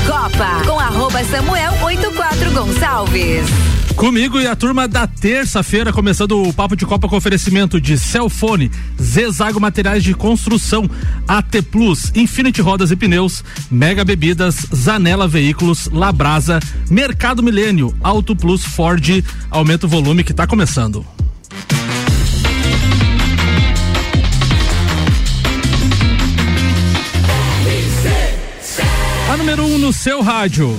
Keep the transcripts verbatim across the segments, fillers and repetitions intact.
Copa com arroba Samuel oitenta e quatro Gonçalves. Comigo e a turma da terça-feira, começando o Papo de Copa com oferecimento de Celfone, Zezago Materiais de Construção, A T Plus, Infinity Rodas e Pneus, Mega Bebidas, Zanela Veículos, Labrasa, Mercado Milênio, Auto Plus, Ford. Aumenta o volume que tá começando. A número um no seu rádio.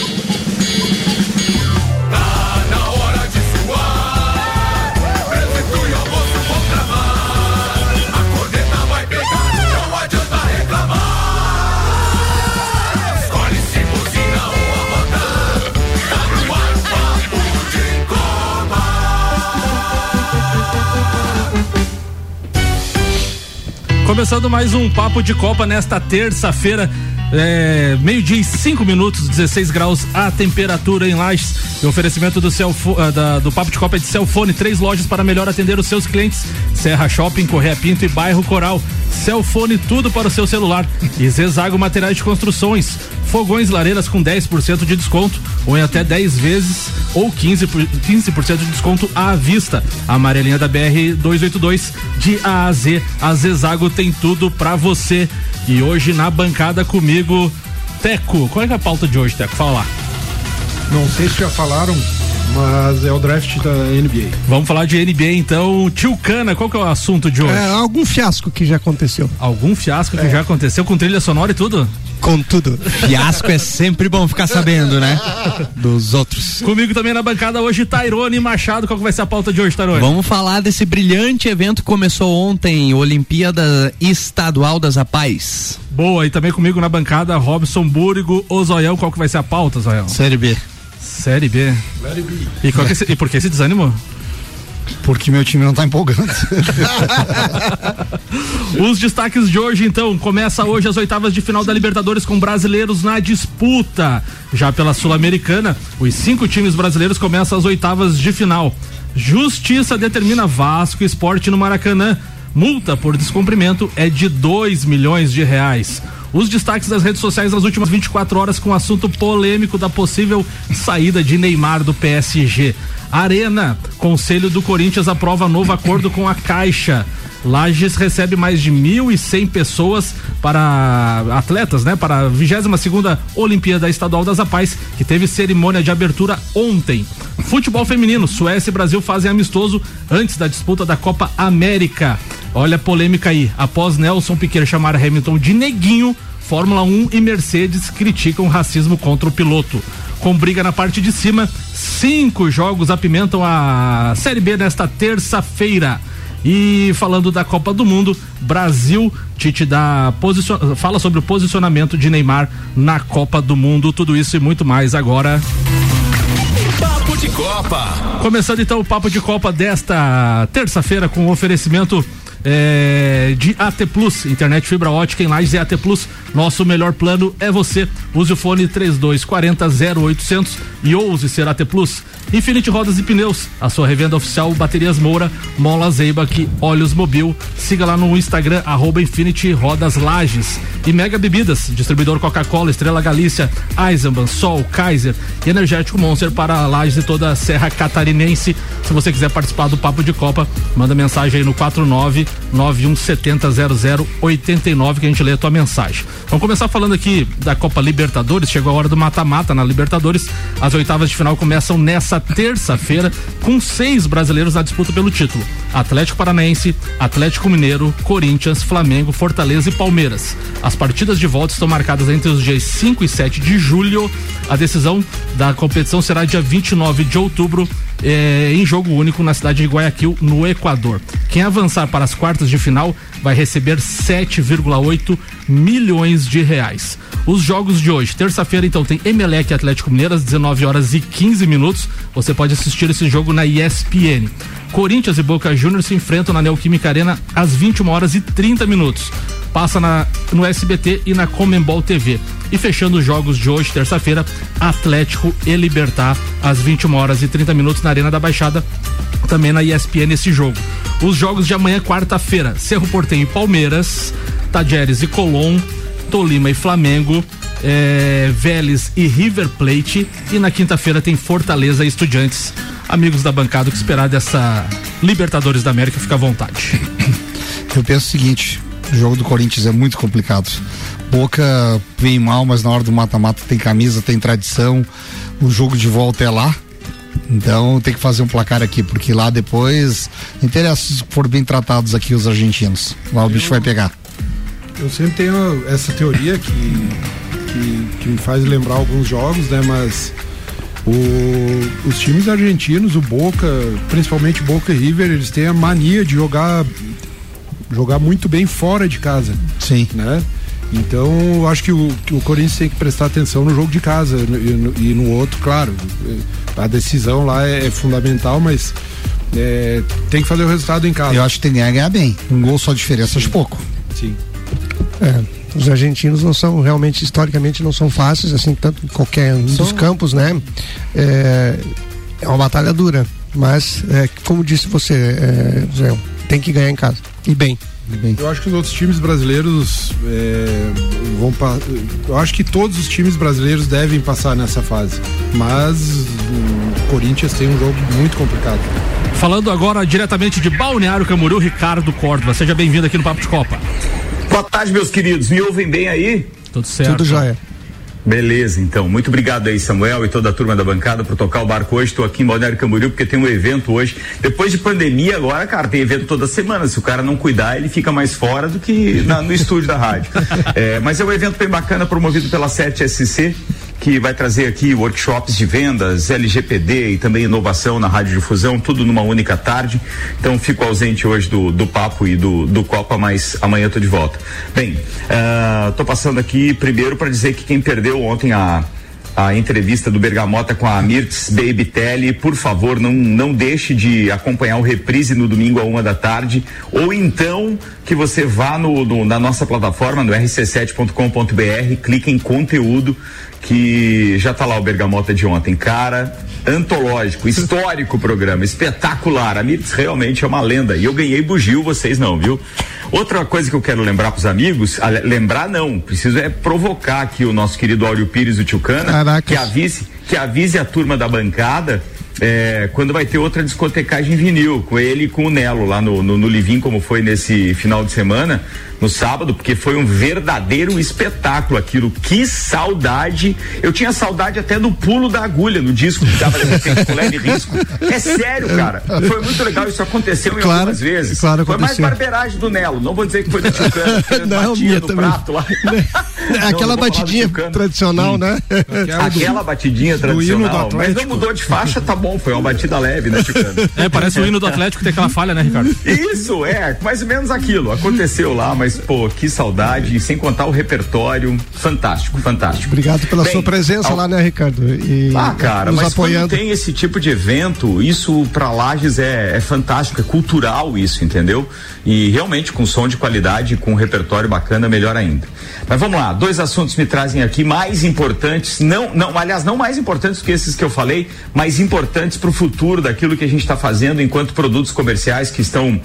Começando mais um Papo de Copa nesta terça-feira, é, meio-dia e cinco minutos, dezesseis graus a temperatura em Lages. E oferecimento do, Celfo, uh, da, do Papo de Copa é de Celfone, três lojas para melhor atender os seus clientes: Serra Shopping, Correia Pinto e Bairro Coral. Celfone, tudo para o seu celular. E Zezago Materiais de Construções, fogões e lareiras com dez por cento de desconto, ou em até dez vezes, ou quinze por cento de desconto à vista. A amarelinha da B R duzentos e oitenta e dois, de A a Z, a Zezago tem tudo pra você. E hoje na bancada comigo, Teco. Qual é, é a pauta de hoje, Teco? Fala lá. Não sei se já falaram, mas é o draft da N B A. Vamos falar de N B A então. Tio Cana, qual que é o assunto de hoje? É, algum fiasco que já aconteceu. Algum fiasco que é. já aconteceu, com trilha sonora e tudo? Com tudo. Fiasco é sempre bom ficar sabendo, né? Dos outros. Comigo também na bancada hoje, Tairone Machado. Qual que vai ser a pauta de hoje, Tairone? Vamos falar desse brilhante evento que começou ontem, Olimpíada Estadual das Apais. Boa, e também comigo na bancada, Robson Búrigo, o Zoião. Qual que vai ser a pauta, Zoião? Série B. Série B. E, qual que é esse, e por que esse desânimo? Porque meu time não tá empolgando. Os destaques de hoje, então. Começa hoje as oitavas de final da Libertadores com brasileiros na disputa. Já pela Sul-Americana, os cinco times brasileiros começam as oitavas de final. Justiça determina Vasco e Sport no Maracanã. Multa por descumprimento é de dois milhões de reais. Os destaques das redes sociais nas últimas vinte e quatro horas com o assunto polêmico da possível saída de Neymar do P S G. Arena, Conselho do Corinthians aprova novo acordo com a Caixa. Lages recebe mais de mil e cem pessoas para atletas, né? Para a vigésima segunda Olimpíada Estadual das Apais, que teve cerimônia de abertura ontem. Futebol feminino, Suécia e Brasil fazem amistoso antes da disputa da Copa América. Olha a polêmica aí. Após Nelson Piquet chamar Hamilton de neguinho, Fórmula um e Mercedes criticam racismo contra o piloto. Com briga na parte de cima, cinco jogos apimentam a Série B nesta terça-feira. E falando da Copa do Mundo, Brasil, Tite dá posicion... fala sobre o posicionamento de Neymar na Copa do Mundo. Tudo isso e muito mais agora. Papo de Copa. Começando então o Papo de Copa desta terça-feira com o oferecimento É, de A T Plus, internet fibra ótica em Lages. é A T Plus, nosso melhor plano é você. Use o fone trinta e dois quarenta, zero oitocentos e ouse ser A T Plus. Infinity Rodas e Pneus, a sua revenda oficial Baterias Moura, Mola Zeibach, Olhos Mobil. Siga lá no Instagram, arroba Infinity Rodas Lages. E Mega Bebidas, distribuidor Coca-Cola, Estrela Galícia, Eisenbahn, Sol, Kaiser e Energético Monster para Lages e toda a Serra Catarinense. Se você quiser participar do Papo de Copa, manda mensagem aí no quatro nove nove um sete zero zero zero oito nove que a gente lê a tua mensagem. Vamos começar falando aqui da Copa Libertadores. Chegou a hora do mata-mata na Libertadores. As oitavas de final começam nessa terça-feira com seis brasileiros na disputa pelo título: Atlético Paranaense, Atlético Mineiro, Corinthians, Flamengo, Fortaleza e Palmeiras. As partidas de volta estão marcadas entre os dias cinco e sete de julho. A decisão da competição será dia vinte e nove de outubro, eh, em jogo único na cidade de Guayaquil, no Equador. Quem avançar para as quartas de final vai receber sete vírgula oito milhões de reais. Os jogos de hoje, terça-feira, então, tem Emelec e Atlético Mineiro às dezenove horas e quinze minutos. Você pode assistir esse jogo na E S P N. Corinthians e Boca Juniors se enfrentam na Neoquímica Arena às vinte e uma horas e trinta minutos. Passa na, no S B T e na Comembol T V. E fechando os jogos de hoje, terça-feira, Atlético e Libertad às vinte e uma horas e trinta minutos na Arena da Baixada, também na E S P N esse jogo. Os jogos de amanhã, quarta-feira, Cerro Porteño e Palmeiras, Tajeres e Colón, Tolima e Flamengo, é, Vélez e River Plate, e na quinta-feira tem Fortaleza e Estudiantes. Amigos da bancada, o que esperar dessa Libertadores da América, fica à vontade. Eu penso o seguinte, o jogo do Corinthians é muito complicado. Boca vem mal, mas na hora do mata-mata tem camisa, tem tradição, o jogo de volta é lá, então tem que fazer um placar aqui, porque lá depois interessa se for bem tratados aqui os argentinos, lá o bicho eu, vai pegar. Eu sempre tenho essa teoria que, que, que me faz lembrar alguns jogos, né, mas o, os times argentinos, o Boca, principalmente Boca e River, eles têm a mania de jogar jogar muito bem fora de casa. Sim. Né? Então, eu acho que o, que o Corinthians tem que prestar atenção no jogo de casa e no, e no outro, claro, a decisão lá é, é fundamental, mas é, tem que fazer o resultado em casa. Eu acho que tem que ganhar, ganhar bem. Um gol só de diferença, acho pouco. Sim. É, os argentinos não são, realmente, historicamente, não são fáceis, assim, tanto em qualquer um dos campos, né? É, é uma batalha dura, mas, é, como disse você, é, Zé, tem que ganhar em casa, e bem. Eu acho que os outros times brasileiros é, vão pa... eu acho que todos os times brasileiros devem passar nessa fase, mas o Corinthians tem um jogo muito complicado. Falando agora diretamente de Balneário Camboriú, Ricardo Córdova, seja bem-vindo aqui no Papo de Copa. Boa tarde, meus queridos, me ouvem bem aí? Tudo certo. Tudo jóia. Beleza, então, muito obrigado aí, Samuel e toda a turma da bancada por tocar o barco hoje. Estou aqui em Balneário Camboriú porque tem um evento hoje, depois de pandemia agora, cara, tem evento toda semana, se o cara não cuidar ele fica mais fora do que na, no estúdio da rádio, é, mas é um evento bem bacana promovido pela sete S C, que vai trazer aqui workshops de vendas, L G P D e também inovação na radiodifusão, tudo numa única tarde. Então fico ausente hoje do, do papo e do, do Copa, mas amanhã eu tô de volta. Bem, uh, tô passando aqui primeiro para dizer que quem perdeu ontem a a entrevista do Bergamota com a Mirtz Baby Telly, por favor, não, não deixe de acompanhar o reprise no domingo a uma da tarde, ou então que você vá no, no, na nossa plataforma, no r c sete ponto com ponto b r, clique em conteúdo, que já tá lá o Bergamota de ontem. Cara, antológico, histórico programa, espetacular. A Mirtz realmente é uma lenda, e eu ganhei bugio, vocês não, viu? Outra coisa que eu quero lembrar pros amigos, lembrar não, preciso é provocar aqui o nosso querido Áureo Pires, o Tchucana, Caraca. que avise, que avise a turma da bancada é, quando vai ter outra discotecagem vinil, com ele e com o Nelo lá no, no, no Livim, como foi nesse final de semana, no sábado, porque foi um verdadeiro espetáculo aquilo. Que saudade! Eu tinha saudade até do pulo da agulha no disco que dava com leve risco. É sério, cara. Foi muito legal, isso aconteceu em claro, algumas vezes. Claro, foi mais barbeiragem do Nelo. Não vou dizer que foi do Tchucana, não, minha no também. Prato lá. Aquela não, batidinha tradicional, hum. né? Aquela, Aquela batidinha tradicional. Mas não mudou de faixa, tá bom. Foi uma batida leve, né, Tchucana? É, parece o hino do Atlético, tem aquela falha, né, Ricardo? Isso, é, mais ou menos aquilo. Aconteceu lá, mas, pô, que saudade, sem contar o repertório, fantástico, fantástico. Obrigado pela Bem, sua presença ao... lá, né, Ricardo? E ah, cara, mas apoiando. Quando tem esse tipo de evento, isso pra Lages é, é fantástico, é cultural isso, entendeu? E realmente com som de qualidade, com repertório bacana, melhor ainda. Mas vamos lá, dois assuntos me trazem aqui mais importantes, não, não, aliás, não mais importantes que esses que eu falei, mas importantes pro futuro daquilo que a gente está fazendo enquanto produtos comerciais que estão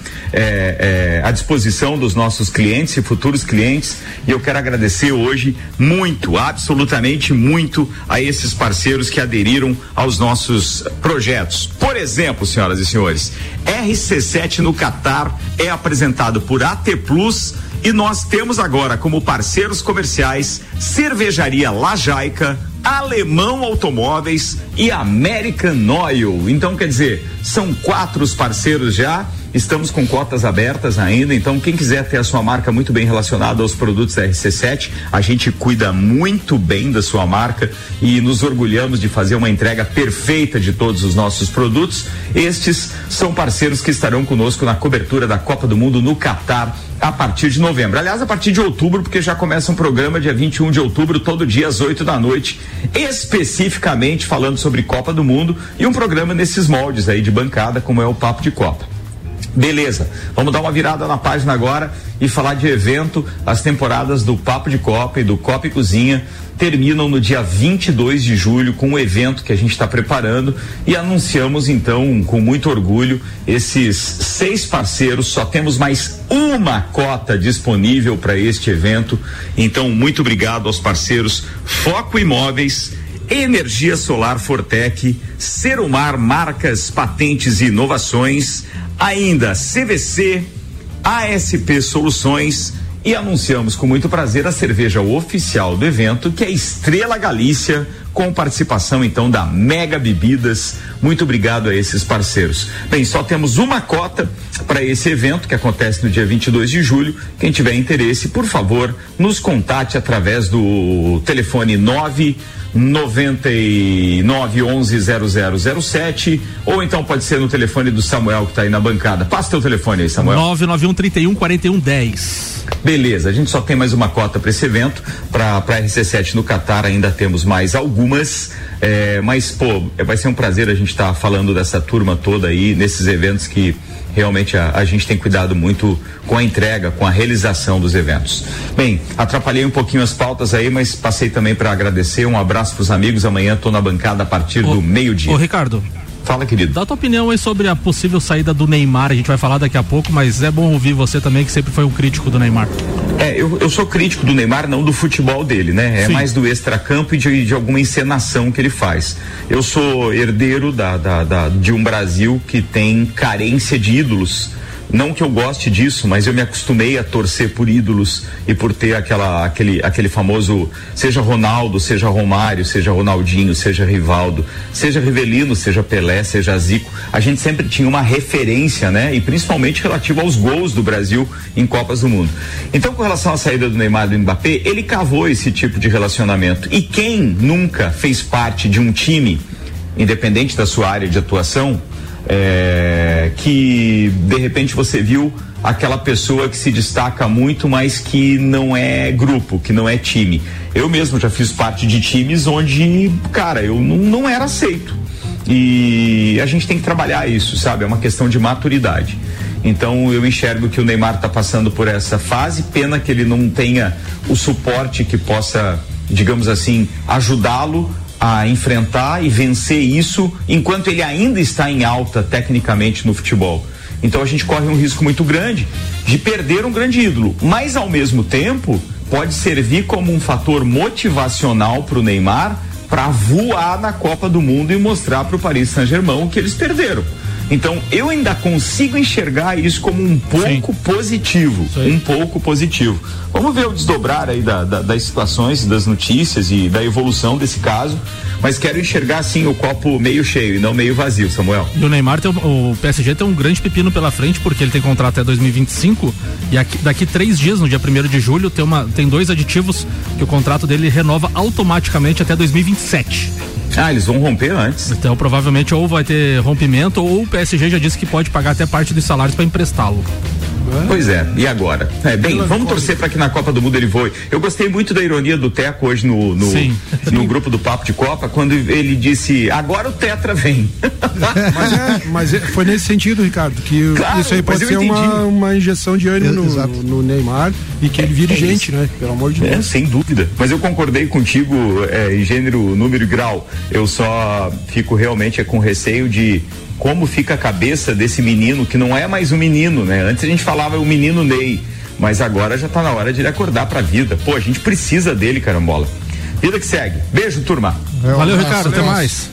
é, é, à disposição dos nossos clientes e futuros clientes, e eu quero agradecer hoje muito, absolutamente muito, a esses parceiros que aderiram aos nossos projetos. Por exemplo, senhoras e senhores, R C sete no Catar é apresentado por A T Plus, e nós temos agora como parceiros comerciais Cervejaria Lajaica, Alemão Automóveis e American Oil. Então, quer dizer, são quatro os parceiros já. Estamos com cotas abertas ainda, então quem quiser ter a sua marca muito bem relacionada aos produtos da R C sete, a gente cuida muito bem da sua marca e nos orgulhamos de fazer uma entrega perfeita de todos os nossos produtos. Estes são parceiros que estarão conosco na cobertura da Copa do Mundo no Catar a partir de novembro. Aliás, a partir de outubro, porque já começa um programa dia vinte e um de outubro, todo dia às oito da noite, especificamente falando sobre Copa do Mundo, e um programa nesses moldes aí de bancada, como é o Papo de Copa. Beleza, vamos dar uma virada na página agora e falar de evento. As temporadas do Papo de Copa e do Copa e Cozinha terminam no dia vinte e dois de julho com um evento que a gente está preparando e anunciamos então com muito orgulho esses seis parceiros. Só temos mais uma cota disponível para este evento, então muito obrigado aos parceiros Foco Imóveis, Energia Solar Fortec, Serumar Marcas, Patentes e Inovações, ainda C V C, A S P Soluções, e anunciamos com muito prazer a cerveja oficial do evento, que é Estrela Galícia, com participação então da Mega Bebidas. Muito obrigado a esses parceiros. Bem, só temos uma cota para esse evento que acontece no dia vinte e dois de julho. Quem tiver interesse, por favor, nos contate através do telefone nove noventa e nove onze zero zero zero sete, ou então pode ser no telefone do Samuel que está aí na bancada. Passa teu telefone aí, Samuel. nove nove um, trinta e um, quarenta e um, dez. Beleza, a gente só tem mais uma cota para esse evento. Para a R C sete no Catar ainda temos mais algumas, é, mas pô, vai ser um prazer a gente estar tá falando dessa turma toda aí, nesses eventos que realmente a, a gente tem cuidado muito com a entrega, com a realização dos eventos. Bem, atrapalhei um pouquinho as pautas aí, mas passei também para agradecer. Um abraço para os amigos. Amanhã estou na bancada a partir ô, do meio-dia. Ô, Ricardo. Fala, querido. Dá a tua opinião aí sobre a possível saída do Neymar. A gente vai falar daqui a pouco, mas é bom ouvir você também, que sempre foi um crítico do Neymar. É, eu, eu sou crítico do Neymar, não do futebol dele, né? É Sim. mais do extracampo e de, de alguma encenação que ele faz. Eu sou herdeiro da, da, da, de um Brasil que tem carência de ídolos. Não que eu goste disso, mas eu me acostumei a torcer por ídolos e por ter aquela, aquele, aquele famoso, seja Ronaldo, seja Romário, seja Ronaldinho, seja Rivaldo, seja Rivelino, seja Pelé, seja Zico. A gente sempre tinha uma referência, né? E principalmente relativo aos gols do Brasil em Copas do Mundo. Então, com relação à saída do Neymar e do Mbappé, ele cavou esse tipo de relacionamento. E quem nunca fez parte de um time, independente da sua área de atuação, É, que de repente você viu aquela pessoa que se destaca muito, mas que não é grupo, que não é time. Eu mesmo já fiz parte de times onde, cara, eu não, não era aceito. E a gente tem que trabalhar isso, sabe? É uma questão de maturidade. Então eu enxergo que o Neymar está passando por essa fase, pena que ele não tenha o suporte que possa, digamos assim, ajudá-lo a enfrentar e vencer isso enquanto ele ainda está em alta tecnicamente no futebol. Então a gente corre um risco muito grande de perder um grande ídolo, mas ao mesmo tempo pode servir como um fator motivacional para o Neymar para voar na Copa do Mundo e mostrar para o Paris Saint-Germain o que eles perderam. Então eu ainda consigo enxergar isso como um pouco Sim. positivo, um pouco positivo. Vamos ver o desdobrar aí da, da, das situações, das notícias e da evolução desse caso, mas quero enxergar assim o copo meio cheio e não meio vazio, Samuel. E o Neymar tem o, o P S G tem um grande pepino pela frente, porque ele tem contrato até dois mil e vinte e cinco e aqui, daqui três dias, no dia primeiro de julho, tem, uma, tem dois aditivos que o contrato dele renova automaticamente até dois mil e vinte e sete. Ah, eles vão romper antes. Então provavelmente ou vai ter rompimento ou o P S G já disse que pode pagar até parte dos salários para emprestá-lo. Pois é, e agora? É, bem, vamos torcer para que na Copa do Mundo ele voe. Eu gostei muito da ironia do Teco hoje no, no, no grupo do Papo de Copa, quando ele disse, agora o Tetra vem. Mas, é, mas é, foi nesse sentido, Ricardo, que claro, isso aí pode ser uma, uma injeção de ânimo no, no Neymar e que ele vire é, gente, né? Pelo amor de Deus. É, sem dúvida. Mas eu concordei contigo é, em gênero, número e grau. Eu só fico realmente é, com receio de como fica a cabeça desse menino, que não é mais um menino, né? Antes a gente falava o menino Ney, mas agora já tá na hora de ele acordar pra vida. Pô, a gente precisa dele, carambola. Vida que segue. Beijo, turma. Valeu, Ricardo, até mais.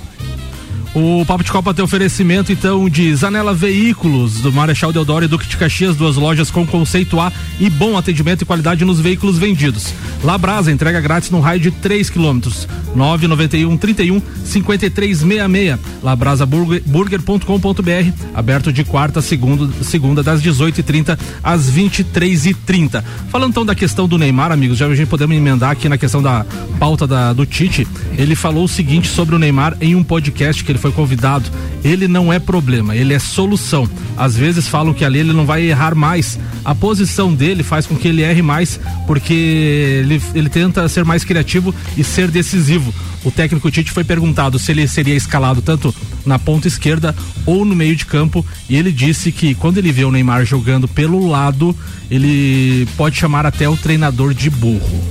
O Papo de Copa tem oferecimento então de Zanela Veículos, do Marechal Deodoro e Duque de Caxias, duas lojas com conceito A e bom atendimento e qualidade nos veículos vendidos. Labrasa, entrega grátis no raio de três quilômetros. nove nove um, trinta e um, cinquenta e três sessenta e seis. labrasa burger ponto com ponto b r, aberto de quarta a segunda, segunda das dezoito e trinta às vinte e três e trinta. Falando então da questão do Neymar, amigos, já a gente podemos emendar aqui na questão da pauta da, do Tite. Ele falou o seguinte sobre o Neymar em um podcast que ele foi convidado. Ele não é problema, ele é solução. Às vezes falam que ali ele não vai errar mais. A posição dele faz com que ele erre mais, porque ele, ele tenta ser mais criativo e ser decisivo. O técnico Tite foi perguntado se ele seria escalado tanto na ponta esquerda ou no meio de campo, e ele disse que quando ele vê o Neymar jogando pelo lado, ele pode chamar até o treinador de burro.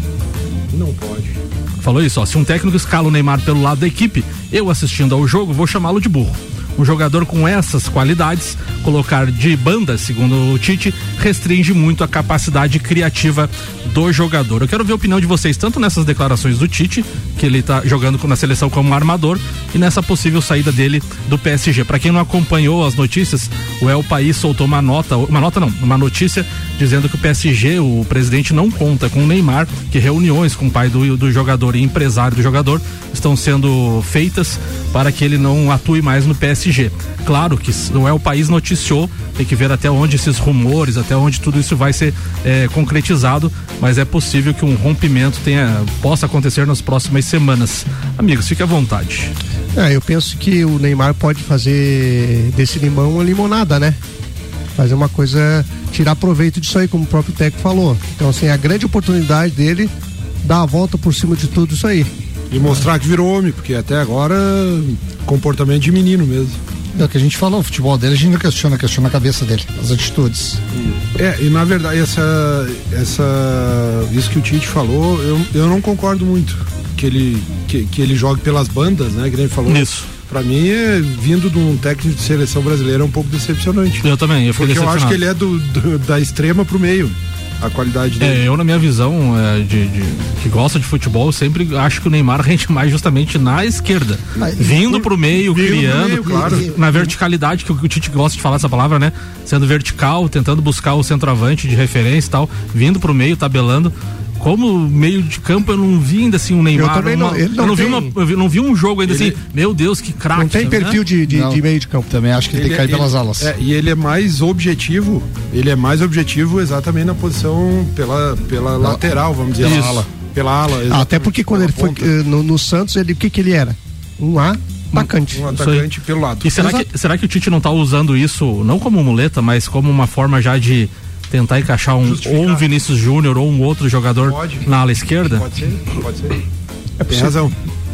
Não pode. Falou isso, ó, se um técnico escala o Neymar pelo lado da equipe, eu assistindo ao jogo vou chamá-lo de burro. Um jogador com essas qualidades, colocar de banda, segundo o Tite, restringe muito a capacidade criativa do jogador. Eu quero ver a opinião de vocês, tanto nessas declarações do Tite, que ele tá jogando na seleção como armador, e nessa possível saída dele do P S G. Para quem não acompanhou as notícias, o El País soltou uma nota, uma nota não, uma notícia dizendo que o P S G, o presidente, não conta com o Neymar, que reuniões com o pai do, do jogador e empresário do jogador estão sendo feitas para que ele não atue mais no P S G. Claro que não é o país noticiou, tem que ver até onde esses rumores, até onde tudo isso vai ser é, concretizado, mas é possível que um rompimento tenha, possa acontecer nas próximas semanas. Amigos, fique à vontade. É, eu penso que o Neymar pode fazer desse limão uma limonada, né? Fazer uma coisa, tirar proveito disso aí, como o próprio Teco falou. Então, assim, a grande oportunidade dele dar a volta por cima de tudo isso aí. E mostrar que virou homem, porque até agora comportamento de menino mesmo. É o que a gente falou, o futebol dele a gente não questiona, questiona a cabeça dele, as atitudes. É, e na verdade essa, essa, isso que o Tite falou, eu, eu não concordo muito que ele, que, que ele jogue pelas bandas, né, que ele falou. Isso. Pra mim, é, vindo de um técnico de seleção brasileira, é um pouco decepcionante. Eu também, eu Porque eu acho que ele é do, do, da extrema pro meio. A qualidade dele. É, eu na minha visão é, de, de que gosta de futebol, eu sempre acho que o Neymar rende mais justamente na esquerda, Mas, vindo pro meio, vindo criando, meio, claro. Na verticalidade, que o, que o Tite gosta de falar essa palavra, né? Sendo vertical, tentando buscar o centroavante de referência e tal, vindo pro meio, tabelando. Como meio de campo eu não vi ainda assim um Neymar. Eu também não, uma, ele não, eu não tem... vi uma, eu não vi um jogo ainda ele... assim, meu Deus, que craque. Não tem perfil, né? de, de, de meio de campo. Também acho que ele, ele tem que cair ele, pelas alas. É, e ele é mais objetivo, ele é mais objetivo exatamente na posição pela, pela não. lateral, vamos dizer. Pela ala. Pela ala. Ah, até porque quando ele ponta. foi no, no Santos, ele, o que que ele era? Um A. Atacante. Um atacante pelo lado. E será que, será que o Tite não está usando isso não como muleta, mas como uma forma já de tentar encaixar um, ou um Vinícius Júnior ou um outro jogador pode. Na ala esquerda? Pode ser, pode ser. É Tem razão.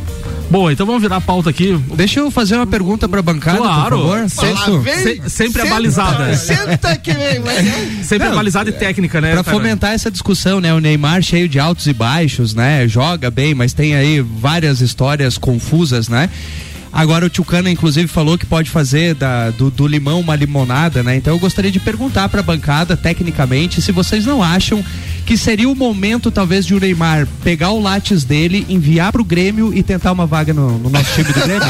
Boa, então vamos virar a pauta aqui. Deixa eu fazer uma pergunta pra bancada, claro, por favor. Sempre, se, sempre senta, abalizada. Senta que vem, sempre abalizada e técnica, né? Pra fomentar essa discussão, né? O Neymar cheio de altos e baixos, né? Joga bem, mas tem aí várias histórias confusas, né? Agora o Tchucana inclusive falou que pode fazer da, do, do limão uma limonada, né? Então eu gostaria de perguntar para a bancada, tecnicamente, se vocês não acham que seria o momento talvez de o Neymar pegar o látis dele, enviar pro Grêmio e tentar uma vaga no, no nosso time do Grêmio?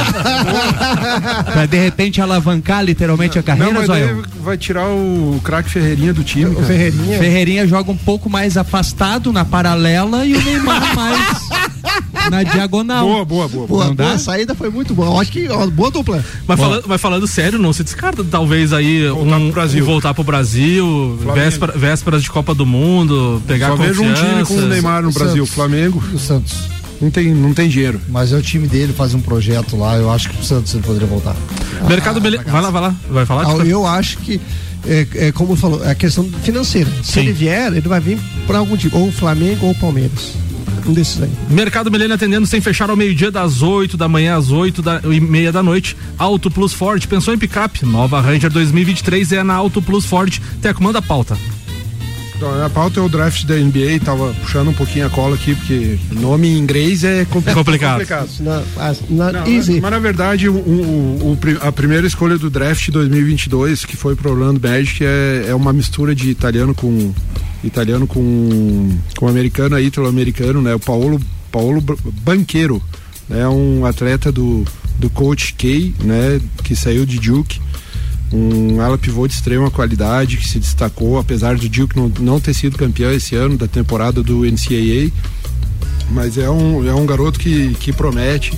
Pra de repente alavancar literalmente a carreira, não, mas vai tirar o, o craque Ferreirinha do time. O Ferreirinha. Ferreirinha joga um pouco mais afastado na paralela e o Neymar mais na diagonal. Boa, boa, boa. boa, boa a saída foi muito boa. Acho que ó, boa dupla. Mas, falando, mas falando sério, não se descarta talvez aí voltar, um, pro, Brasil. voltar pro Brasil, véspera, vésperas de Copa do Mundo, pegar Só vejo um time com o Neymar no o Brasil, Santos. Flamengo. O Santos. Não tem, não tem dinheiro. Mas é o time dele, faz um projeto lá, eu acho que o Santos ele poderia voltar. Mercado ah, Beleza. Vai lá, vai lá. Vai falar? Ah, eu acho que é, é, como falou, é a questão financeira. Se Sim. ele vier, ele vai vir para algum time, ou o Flamengo ou o Palmeiras. Um desses aí. Mercado Milênio atendendo sem fechar ao meio-dia, das oito da manhã às oito e meia da noite. Auto Plus Ford, pensou em picape? Nova Ranger dois mil e vinte e três é na Auto Plus Ford. Teco, manda a pauta. Então, a pauta é o draft da N B A, tava puxando um pouquinho a cola aqui, porque nome em inglês é compl- é complicado. complicado. Na, na, Não, easy. Mas, mas na verdade, o, o, o, a primeira escolha do draft dois mil e vinte e dois, que foi pro Orlando Magic, é, é uma mistura de italiano com italiano com, com americano, ítalo-americano, né? O Paolo, Paolo Banchero, né? Um atleta do, do Coach K, né? Que saiu de Duke. Um ala pivô de extrema qualidade que se destacou, apesar de Duke não, não ter sido campeão esse ano da temporada do N C A A, mas é um, é um garoto que, que promete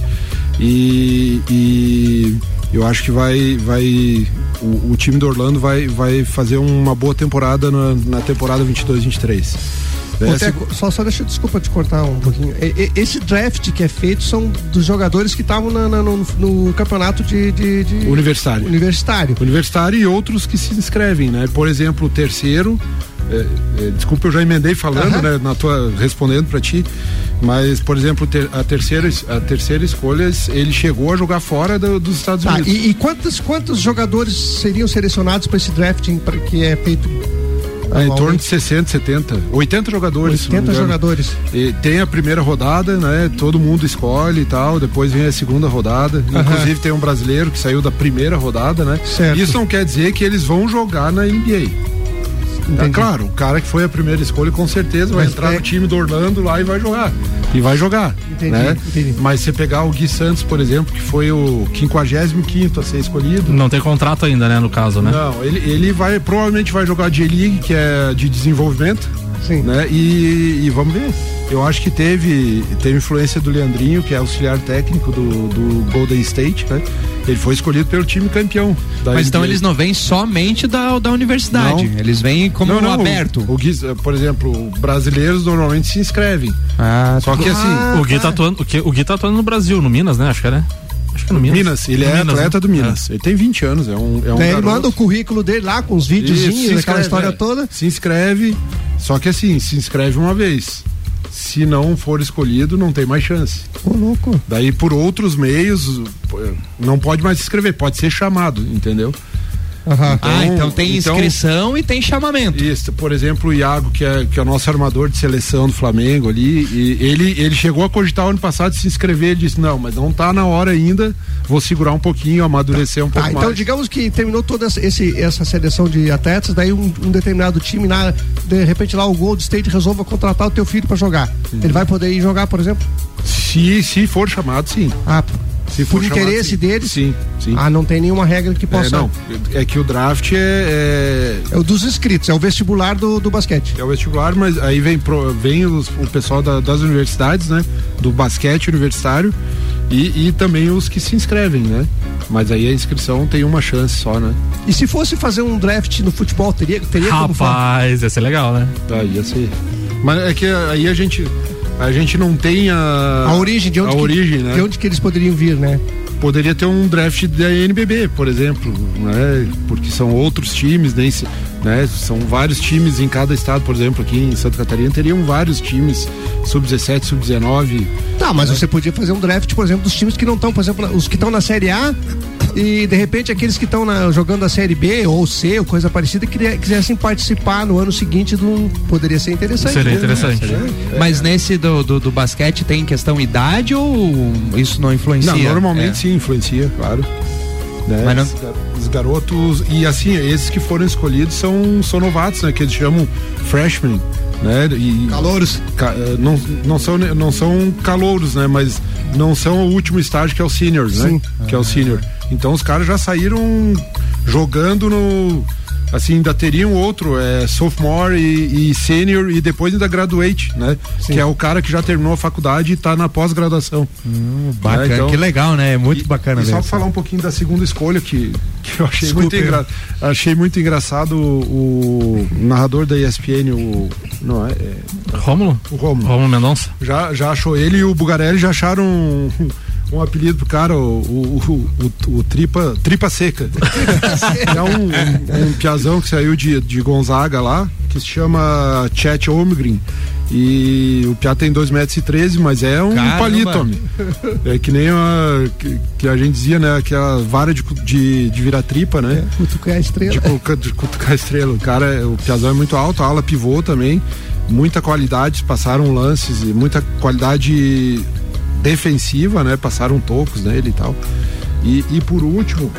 e, e eu acho que vai, vai o, o time do Orlando vai, vai fazer uma boa temporada na, na temporada vinte e dois vinte e três. Ô, Teco, só, só deixa, desculpa te cortar um pouquinho. E, e, esse draft que é feito são dos jogadores que estavam no, no campeonato de, de, de universitário. universitário. Universitário e outros que se inscrevem, né? Por exemplo, o terceiro, é, é, desculpa, eu já emendei falando, uh-huh. né? Na tua, respondendo pra ti, mas, por exemplo, ter, a, terceira, a terceira escolha, ele chegou a jogar fora do, dos Estados tá, Unidos. E, e quantos, quantos jogadores seriam selecionados para esse drafting pra, que é feito? É, em torno de sessenta, setenta, oitenta jogadores. oitenta jogadores. E tem a primeira rodada, né? Todo mundo escolhe e tal. Depois vem a segunda rodada. Uhum. Inclusive tem um brasileiro que saiu da primeira rodada, né? Certo. Isso não quer dizer que eles vão jogar na N B A. É claro, o cara que foi a primeira escolha com certeza vai Mas entrar é... no time do Orlando lá e vai jogar. E vai jogar. Entendi, né? entendi. Mas você pegar o Gui Santos, por exemplo, que foi o quinquagésimo quinto a ser escolhido. Não tem contrato ainda, né, no caso, né? Não, ele, ele vai, provavelmente vai jogar J-League, que é de desenvolvimento. Sim. Né? E, e vamos ver. Eu acho que teve, teve influência do Leandrinho, que é auxiliar técnico do, do Golden State, né? Ele foi escolhido pelo time campeão. Da Mas N B A. Então eles não vêm somente da, da universidade, não. Eles vêm como não, não, aberto. O, o, por exemplo, brasileiros normalmente se inscrevem. Ah, Só que assim. Ah, o Gui tá atuando, o Gui tá atuando no Brasil, no Minas, né? Acho que é, né? Acho que é no Minas. Minas, ele no é Minas, atleta né? do Minas. É. Ele tem vinte anos, é um, é um Ele manda o currículo dele lá com os videozinhos, aquela história é. toda. Se inscreve, só que assim, se inscreve uma vez. Se não for escolhido, não tem mais chance. Ô, louco. Daí, por outros meios, não pode mais se inscrever, pode ser chamado, entendeu? Uhum. Então, ah, então tem inscrição então, e tem chamamento. Isso, por exemplo, o Iago, que é, que é o nosso armador de seleção do Flamengo ali, e ele, ele chegou a cogitar o ano passado de se inscrever, ele disse, não, mas não tá na hora ainda, vou segurar um pouquinho, amadurecer um pouco tá, mais. Então, digamos que terminou toda esse, essa seleção de atletas, daí um, um determinado time, na, de repente lá o Gold State resolva contratar o teu filho pra jogar. Hum. Ele vai poder ir jogar, por exemplo? Se, se for chamado, sim. Ah, Se por interesse chamado, deles? Sim, sim. Ah, não tem nenhuma regra que possa... É, não, é que o draft é... É, é o dos inscritos, é o vestibular do, do basquete. É o vestibular, mas aí vem, pro, vem os, o pessoal da, das universidades, né? Do basquete universitário e, e também os que se inscrevem, né? Mas aí a inscrição tem uma chance só, né? E se fosse fazer um draft no futebol, teria, teria Rapaz, como Rapaz, ia ser legal, né? Ah, ia ser. Mas é que aí a gente... A gente não tem a... A origem, de onde, a que, origem, né? de onde que eles poderiam vir, né? Poderia ter um draft da N B B, por exemplo, né? Porque são outros times, né? né? São vários times em cada estado, por exemplo, aqui em Santa Catarina teriam vários times, sub dezessete, sub dezenove. Tá, mas né? Você podia fazer um draft, por exemplo, dos times que não estão, por exemplo, os que estão na Série A e de repente aqueles que estão jogando a Série B ou C ou coisa parecida que quisessem participar no ano seguinte de um, poderia ser interessante. Seria interessante. Né? É. Mas nesse do, do, do basquete tem questão idade ou isso não influencia? Não, normalmente é. sim influencia, claro. Né? Mas não... Os garotos, e assim, esses que foram escolhidos são, são novatos, né? Que eles chamam freshmen, né? E, calouros. Ca, não, não, são, não são calouros, né? Mas não são o último estágio que é o seniors, sim. Né? Que é o senior. Então os caras já saíram jogando no... Assim, ainda teriam outro, é sophomore e, e senior e depois ainda graduate, né? Sim. Que é o cara que já terminou a faculdade e tá na pós-graduação. Hum, bacana, é, então, que legal, né? É muito e, bacana. E só pra falar um pouquinho da segunda escolha que, que eu achei Desculpa, muito engraçado. Achei muito engraçado o, o narrador da E S P N, o... Não, é... é Rômulo? O Rômulo. Rômulo Mendonça. Já, já achou ele e o Bugarelli já acharam um, um apelido pro cara, o, o, o, o, o tripa, tripa Seca. É um, um, um piazão que saiu de, de Gonzaga lá, que se chama Chet Holmgren. E o piá tem dois metros e treze, mas é um Caramba. palito, homem. É que nem a, que, que a gente dizia, né? Que a vara de, de, de virar tripa, né? É, cutucar a estrela. De, de cutucar a estrela. O cara, o piazão é muito alto, a ala pivô também. Muita qualidade, passaram lances e muita qualidade defensiva, né? Passaram tocos nele e tal. E, e por último,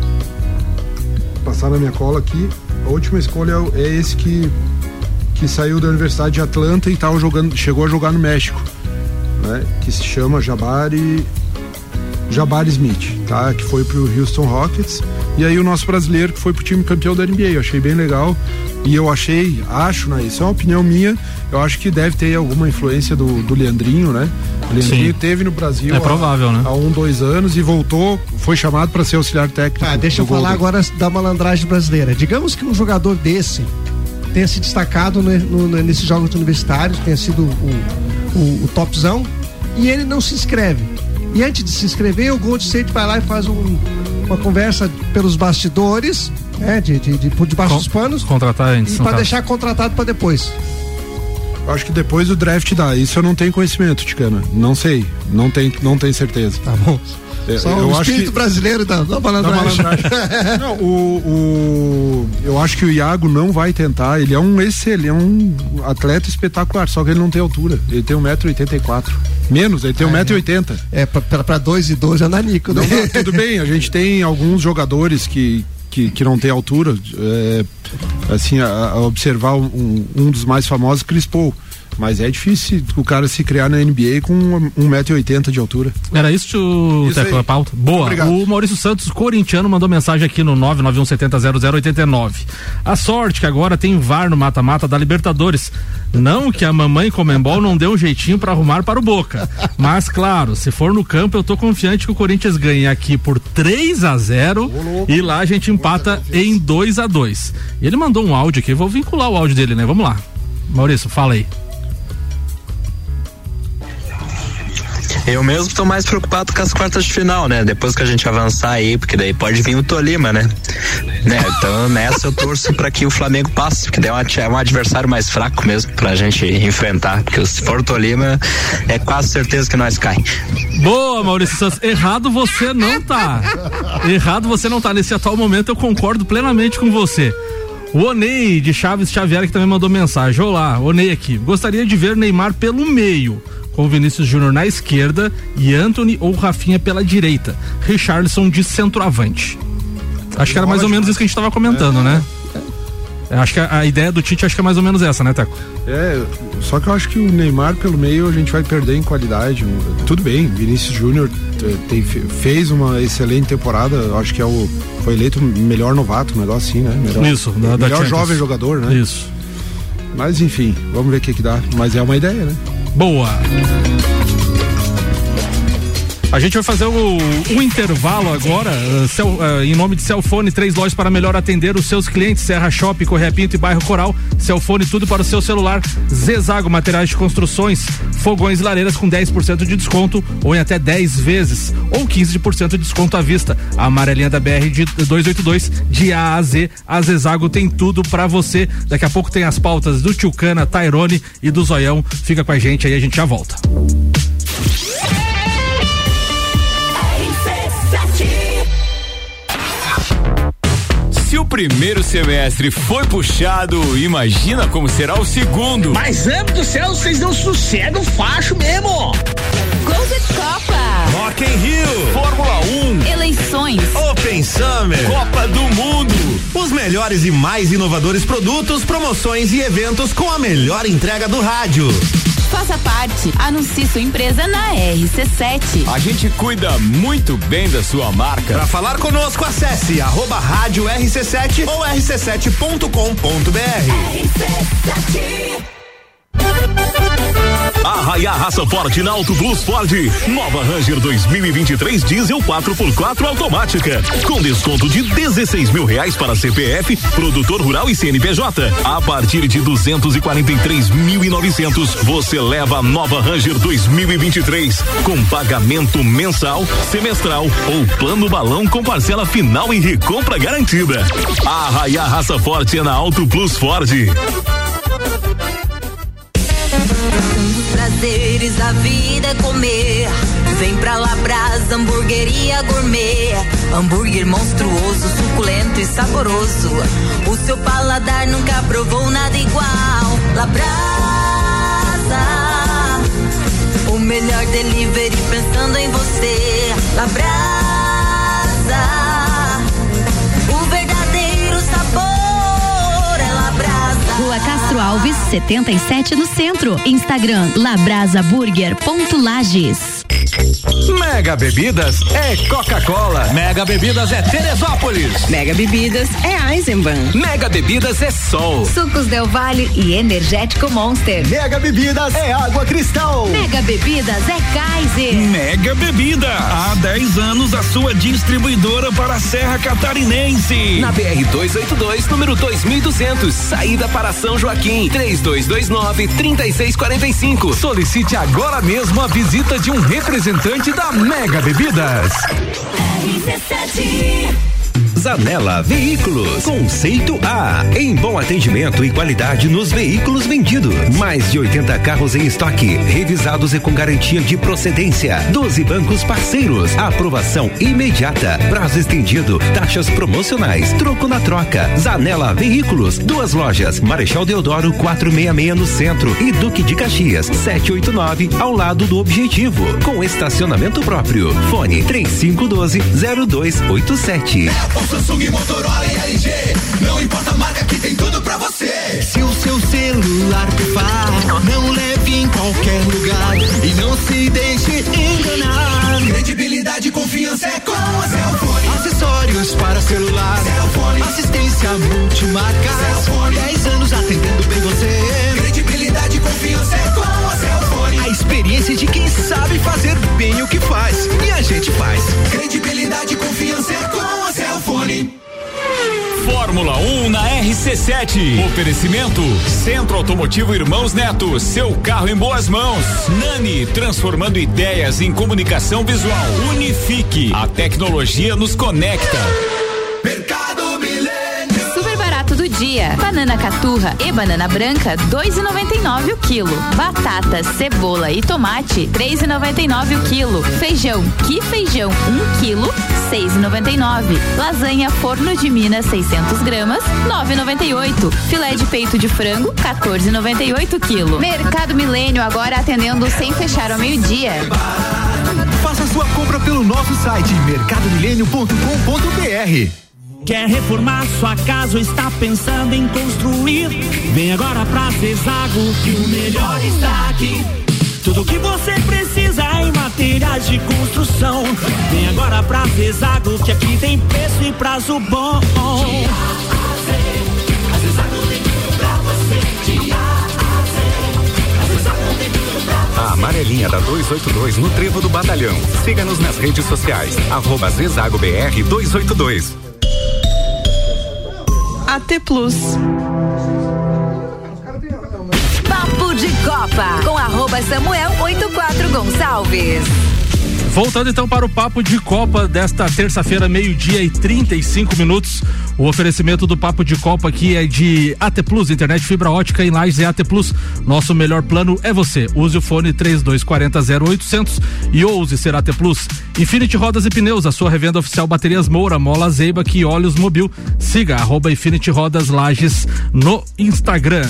passar na minha cola aqui, a última escolha é esse que que saiu da Universidade de Atlanta e tava jogando, chegou a jogar no México, né? Que se chama Jabari Jabari Smith, tá? Que foi pro Houston Rockets. E aí o nosso brasileiro que foi pro time campeão da N B A, eu achei bem legal. E eu achei, acho, né? Isso é uma opinião minha, eu acho que deve ter alguma influência do, do Leandrinho, né? O Leandrinho Sim. teve no Brasil é provável, há, né? há um, dois anos e voltou, foi chamado para ser auxiliar técnico. Ah, deixa eu falar Golden. Agora da malandragem brasileira. Digamos que um jogador desse tenha se destacado no, no, nesses jogos universitários, tenha sido o, o, o topzão, e ele não se inscreve. E antes de se inscrever, o Gold State vai lá e faz um, uma conversa pelos bastidores, né, de, de, de, por debaixo Com, dos panos, contratar antes, e para deixar contratado para depois. Eu acho que depois do draft dá. Isso eu não tenho conhecimento, Ticana. Não sei. Não tenho, não tenho certeza. Tá bom. É, Só eu o acho espírito que... brasileiro da, da malandragem. Não, o, o, eu acho que o Iago não vai tentar. Ele é um excelente, é um atleta espetacular, só que ele não tem altura. Ele tem um metro e oitenta e quatro. Menos, ele tem um metro e oitenta. É, pra dois e doze é nanico, né? Não, não, tudo bem, a gente tem alguns jogadores que Que, que não tem altura, é, assim, a, a observar um, um dos mais famosos, Chris Paul. Mas é difícil o cara se criar na N B A com um metro e oitenta de altura. Era isso, Teco, a pauta? Boa. Obrigado. O Maurício Santos, corintiano, mandou mensagem aqui no nove nove um sete zero zero zero oito nove. A sorte que agora tem V A R no mata-mata da Libertadores. Não que a mamãe Comembol não dê um jeitinho pra arrumar para o Boca. Mas, claro, se for no campo, eu tô confiante que o Corinthians ganhe aqui por três a zero e lá a gente empata em dois a dois. E ele mandou um áudio aqui, eu vou vincular o áudio dele, né? Vamos lá. Maurício, fala aí. Eu mesmo tô mais preocupado com as quartas de final, né? Depois que a gente avançar aí, porque daí pode vir o Tolima, né? né? Então nessa eu torço pra que o Flamengo passe, porque daí é um adversário mais fraco mesmo pra gente enfrentar, porque se for o Tolima, é quase certeza que nós cai. Boa, Maurício Santos. Errado você não tá. Errado você não tá. Nesse atual momento eu concordo plenamente com você. O Onei de Chaves Xavier que também mandou mensagem. Olá, Onei aqui. Gostaria de ver Neymar pelo meio, com Vinícius Júnior na esquerda e Anthony ou Rafinha pela direita. Richarlison de centroavante. Acho que era mais ou menos isso que a gente estava comentando, é, né? É. Acho que a, a ideia do Tite acho que é mais ou menos essa, né, Teco? É, só que eu acho que o Neymar pelo meio a gente vai perder em qualidade. Tudo bem, Vinícius Júnior tem, fez uma excelente temporada, acho que é o, foi eleito melhor novato, um negócio assim, né? Melhor, isso, da, melhor da jovem jogador, né? Isso. Mas enfim, vamos ver o que que dá. Mas é uma ideia, né? Boa. A gente vai fazer o, o intervalo agora, uh, cel, uh, em nome de Celfone, três lojas para melhor atender os seus clientes, Serra Shopping, Correia Pinto e Bairro Coral. Celfone, tudo para o seu celular. Zezago, materiais de construções, fogões e lareiras com dez por cento de desconto ou em até dez vezes, ou quinze por cento de desconto à vista. A amarelinha da B R de duzentos e oitenta e dois, de A a Z, a Zezago tem tudo para você. Daqui a pouco tem as pautas do Tchucana, Tairone e do Zoião. Fica com a gente aí, a gente já volta. Se o primeiro semestre foi puxado, imagina como será o segundo. Mas, amo do céu, vocês dão sossego facho mesmo. Gol de Copa. Rock in Rio. Fórmula um. Eleições. Open Summer. Copa do Mundo. Os melhores e mais inovadores produtos, promoções e eventos com a melhor entrega do rádio. Faça parte. Anuncie sua empresa na R C sete. A gente cuida muito bem da sua marca. Para falar conosco, acesse arroba rádio R C sete ou r c sete ponto com ponto b r. R C sete. Arraia Raça Forte na Auto Plus Ford. Nova Ranger dois mil e vinte e três diesel quatro por quatro automática. Com desconto de dezesseis mil reais para C P F, produtor rural e C N P J. A partir de duzentos e quarenta e três mil e novecentos, você leva a nova Ranger dois mil e vinte e três com pagamento mensal, semestral ou plano balão com parcela final e recompra garantida. Arraia Raça Forte é na Auto Plus Ford. Um dos prazeres da vida é comer. Vem pra Labrasa, hamburgueria gourmet. Hambúrguer monstruoso, suculento e saboroso. O seu paladar nunca provou nada igual. Labrasa, o melhor delivery pensando em você. Labrasa, o verdadeiro sabor é Labrasa. Rua Castro Alves, setenta e sete no centro. Instagram labrasaburger ponto lages. Mega Bebidas é Coca-Cola. Mega Bebidas é Teresópolis. Mega Bebidas é Eisenbahn. Mega Bebidas é Sol. Sucos Del Valle e Energético Monster. Mega Bebidas é Água Cristal. Mega Bebidas é Kaiser. Mega Bebida, há dez anos a sua distribuidora para a Serra Catarinense. Na B R duzentos e oitenta e dois, número dois mil e duzentos, saída para São Joaquim, três dois dois nove, três seis quatro cinco. Solicite agora mesmo a visita de um representante da Mega Bebidas. Zanela Veículos, conceito A, em bom atendimento e qualidade nos veículos vendidos. Mais de oitenta carros em estoque, revisados e com garantia de procedência. doze bancos parceiros, aprovação imediata, prazo estendido, taxas promocionais, troco na troca. Zanela Veículos, duas lojas, Marechal Deodoro quatrocentos e sessenta e seis no centro e Duque de Caxias setecentos e oitenta e nove ao lado do Objetivo, com estacionamento próprio. Fone três cinco um dois, zero dois oito sete. Samsung, Motorola e L G, não importa a marca que tem tudo pra você. Se o seu celular pifar, não leve em qualquer lugar e não se deixe enganar. Credibilidade e confiança é com a Cellfone. Acessórios para celular, Cellfone. Assistência multimarca, Cellfone. dez anos atendendo bem você. Credibilidade e confiança é com a Cellfone. A experiência de quem sabe fazer bem o que faz, e a gente faz. Credibilidade e confiança é com a Cellfone. Fórmula um na R C sete. Oferecimento Centro Automotivo Irmãos Neto, seu carro em boas mãos. Nani, transformando ideias em comunicação visual. Unifique, a tecnologia nos conecta. Mercado Milênio. Super barato do dia. Banana caturra e banana branca, dois e noventa e nove o quilo. Batata, cebola e tomate, três e noventa e nove o quilo. Feijão, que feijão, um quilo, seis e noventa e nove. Lasanha Forno de Minas, seiscentos gramas, nove e noventa e oito. Filé de peito de frango, quatorze e noventa e oito quilo. Mercado Milênio, agora atendendo sem fechar ao meio-dia. Faça sua compra pelo nosso site mercado milênio ponto com ponto b r. Quer reformar sua casa ou está pensando em construir? Vem agora pra Zezago, que o melhor está aqui. Tudo que você precisa em materiais de construção. Vem agora pra Zezago, que aqui tem preço e prazo bom. De A a Z, a Zezago tem tudo pra você. De A a Z, a Zezago tem tudo pra você. A amarelinha da duzentos e oitenta e dois no Trevo do Batalhão. Siga-nos nas redes sociais, arroba Zezago B R duzentos e oitenta e dois. A T Plus. Papo de Copa com arroba Samuel oitenta e quatro Gonçalves. Voltando então para o Papo de Copa desta terça-feira, meio-dia e trinta e cinco minutos. O oferecimento do Papo de Copa aqui é de A T Plus, internet fibra ótica em Lages é A T Plus. Nosso melhor plano é você. Use o fone três dois quatro zero, zero oito zero zero e ouse ser A T Plus. Infinity Rodas e Pneus, a sua revenda oficial Baterias Moura, Mola Zeiba e Óleos Mobil. Siga arroba Infinity Rodas Lages no Instagram.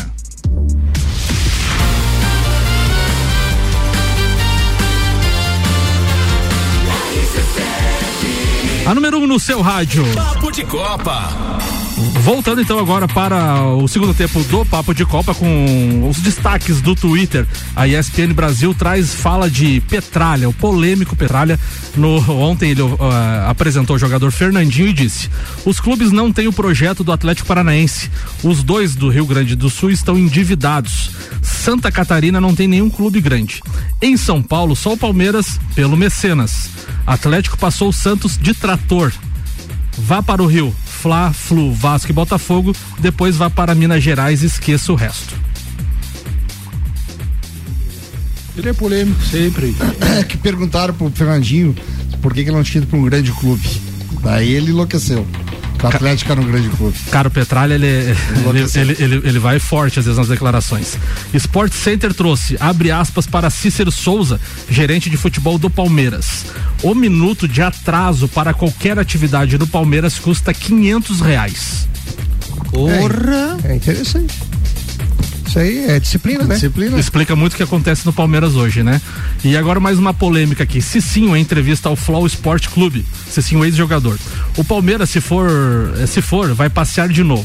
A número um no seu rádio. Papo de Copa. Voltando então agora para o segundo tempo do Papo de Copa com os destaques do Twitter. A E S P N Brasil traz fala de Petralha, o polêmico Petralha. No, ontem ele uh, apresentou o jogador Fernandinho e disse: os clubes não têm o projeto do Atlético Paranaense. Os dois do Rio Grande do Sul estão endividados. Santa Catarina não tem nenhum clube grande. Em São Paulo, só o Palmeiras pelo Mecenas. Atlético passou o Santos de trator. Vá para o Rio, Fla, Flu, Vasco e Botafogo, depois vá para Minas Gerais e esqueça o resto. Ele é polêmico sempre. É que perguntaram pro Fernandinho por que, que ele não tinha ido para um grande clube. Daí ele enlouqueceu. O Atlético era um grande clube. Cara, o Petralha, ele, ele, ele, ele, ele vai forte às vezes nas declarações. Sport Center trouxe, abre aspas, para Cícero Souza, gerente de futebol do Palmeiras. O minuto de atraso para qualquer atividade do Palmeiras custa quinhentos reais. Porra! É, é interessante. Isso aí é disciplina, né? Disciplina. Explica muito o que acontece no Palmeiras hoje, né? E agora mais uma polêmica aqui. Cicinho, em entrevista ao Flow Sport Clube. Cicinho, ex-jogador. O Palmeiras, se for, se for, vai passear de novo.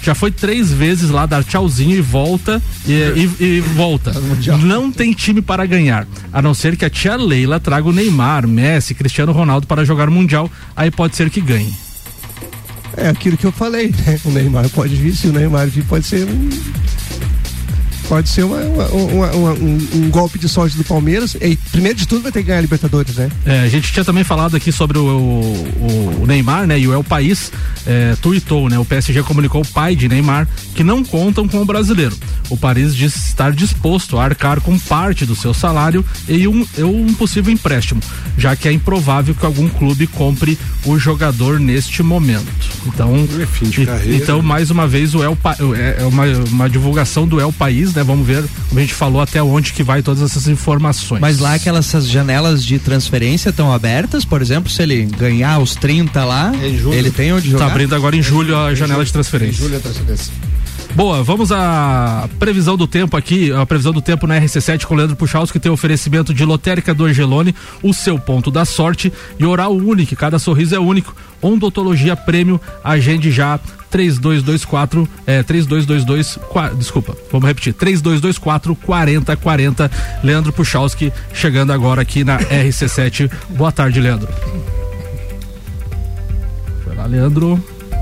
já foi três vezes lá dar tchauzinho e volta e, e, e volta. Não tem time para ganhar, a não ser que a tia Leila traga o Neymar, Messi, Cristiano Ronaldo para jogar Mundial, aí pode ser que ganhe. É aquilo que eu falei, né? O Neymar pode vir, se o Neymar vir, pode ser um. Pode ser uma, uma, uma, uma, um, um golpe de sorte do Palmeiras. E, primeiro de tudo, vai ter que ganhar a Libertadores, né? É, a gente tinha também falado aqui sobre o, o, o Neymar, né? E o El País é, tuitou, né? O P S G comunicou o pai de Neymar que não contam com o brasileiro. O Paris diz estar disposto a arcar com parte do seu salário e um, um possível empréstimo, já que é improvável que algum clube compre o jogador neste momento. Então, é fim de carreira, então né? mais uma vez o El é uma, uma divulgação do El País, né? Vamos ver, como a gente falou, até onde que vai todas essas informações. Mas lá aquelas janelas de transferência estão abertas, por exemplo, se ele ganhar os trinta lá, é ele tem onde jogar? Tá abrindo agora em julho a janela de transferência. Em julho a transferência. Boa, vamos à previsão do tempo aqui, a previsão do tempo na R C sete com o Leandro Puchalski, que tem oferecimento de Lotérica do Angelone, o seu ponto da sorte, e Oral Unique, cada sorriso é único. Odontologia Prêmio, agende já três dois dois quatro, é, três dois dois dois, quatro, desculpa, vamos repetir, três dois dois quatro, quarenta quarenta. Leandro Puchalski chegando agora aqui na R C sete. Boa tarde, Leandro. Vai lá, Leandro.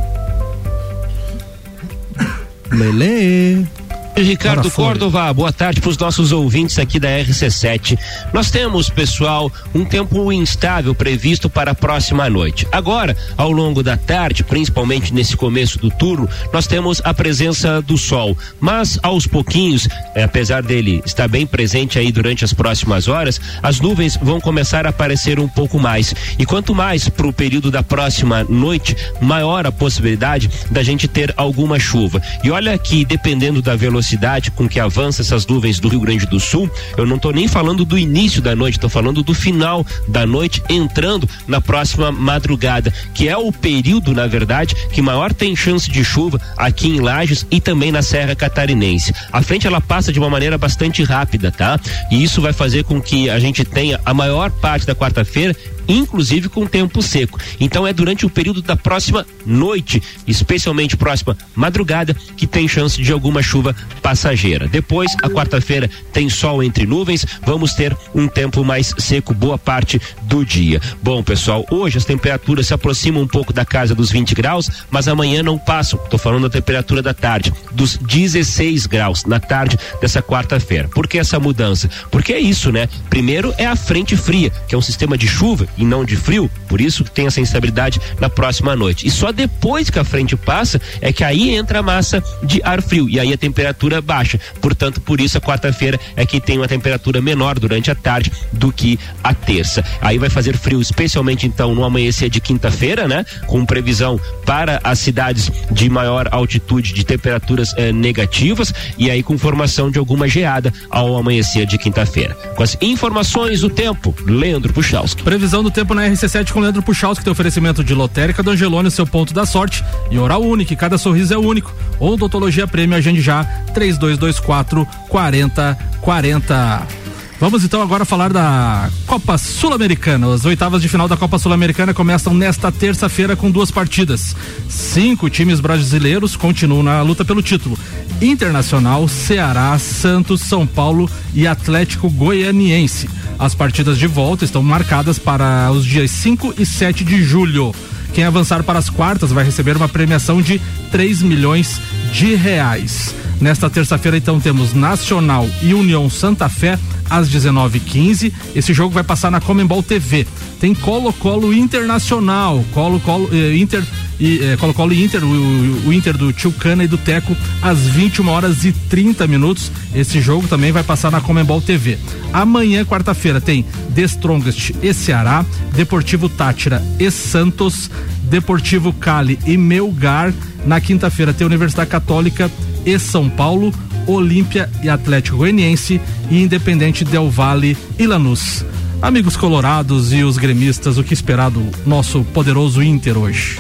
Lele. Ricardo Córdova, boa tarde para os nossos ouvintes aqui da R C sete. Nós temos, pessoal, um tempo instável previsto para a próxima noite. Agora, ao longo da tarde, principalmente nesse começo do turno, nós temos a presença do sol, mas aos pouquinhos, eh, apesar dele estar bem presente aí durante as próximas horas, as nuvens vão começar a aparecer um pouco mais. E quanto mais para o período da próxima noite, maior a possibilidade da gente ter alguma chuva. E olha que, dependendo da velocidade com que avança essas nuvens do Rio Grande do Sul, eu não estou nem falando do início da noite, estou falando do final da noite, entrando na próxima madrugada, que é o período, na verdade, que maior tem chance de chuva aqui em Lages e também na Serra Catarinense. A frente ela passa de uma maneira bastante rápida, tá? E isso vai fazer com que a gente tenha a maior parte da quarta-feira, inclusive com tempo seco. Então é durante o período da próxima noite, especialmente próxima madrugada, que tem chance de alguma chuva passageira. Depois, a quarta-feira tem sol entre nuvens, vamos ter um tempo mais seco boa parte do dia. Bom, pessoal, hoje as temperaturas se aproximam um pouco da casa dos vinte graus, mas amanhã não passam. Tô falando da temperatura da tarde, dos dezesseis graus na tarde dessa quarta-feira. Por que essa mudança? Porque é isso, né? Primeiro é a frente fria, que é um sistema de chuva e não de frio, por isso tem essa instabilidade na próxima noite. E só depois que a frente passa é que aí entra a massa de ar frio e aí a temperatura baixa. Portanto, por isso a quarta-feira é que tem uma temperatura menor durante a tarde do que a terça. Aí vai fazer frio, especialmente então no amanhecer de quinta-feira, né? Com previsão para as cidades de maior altitude de temperaturas eh, negativas e aí com formação de alguma geada ao amanhecer de quinta-feira. Com as informações do tempo, Leandro Puchalski. Previsão do tempo na R C sete com Leandro Puchalski, que tem oferecimento de Lotérica do Angelone, seu ponto da sorte, e Oral Unique, cada sorriso é único. Odontologia Prêmio, agende já três dois dois quatro, quarenta quarenta. Vamos então agora falar da Copa Sul-Americana. As oitavas de final da Copa Sul-Americana começam nesta terça-feira com duas partidas. Cinco times brasileiros continuam na luta pelo título: Internacional, Ceará, Santos, São Paulo e Atlético Goianiense. As partidas de volta estão marcadas para os dias cinco e sete de julho. Quem avançar para as quartas vai receber uma premiação de três milhões de reais. Nesta terça-feira, então, temos Nacional e União Santa Fé às dezenove e quinze. Esse jogo vai passar na Comembol T V. Tem Colo-Colo Internacional, Colo-Colo eh, Inter e eh, Colo-Colo e Inter, o, o Inter do Tchucana e do Teco às vinte e uma horas e trinta minutos. Esse jogo também vai passar na Comembol T V. Amanhã, quarta-feira, tem The Strongest e Ceará, Deportivo Táchira e Santos, Deportivo Cali e Melgar. Na quinta-feira tem Universidade Católica e São Paulo, Olímpia e Atlético Goianiense e Independente Del Valle e Lanús. Amigos colorados e os gremistas, o que esperar do nosso poderoso Inter hoje?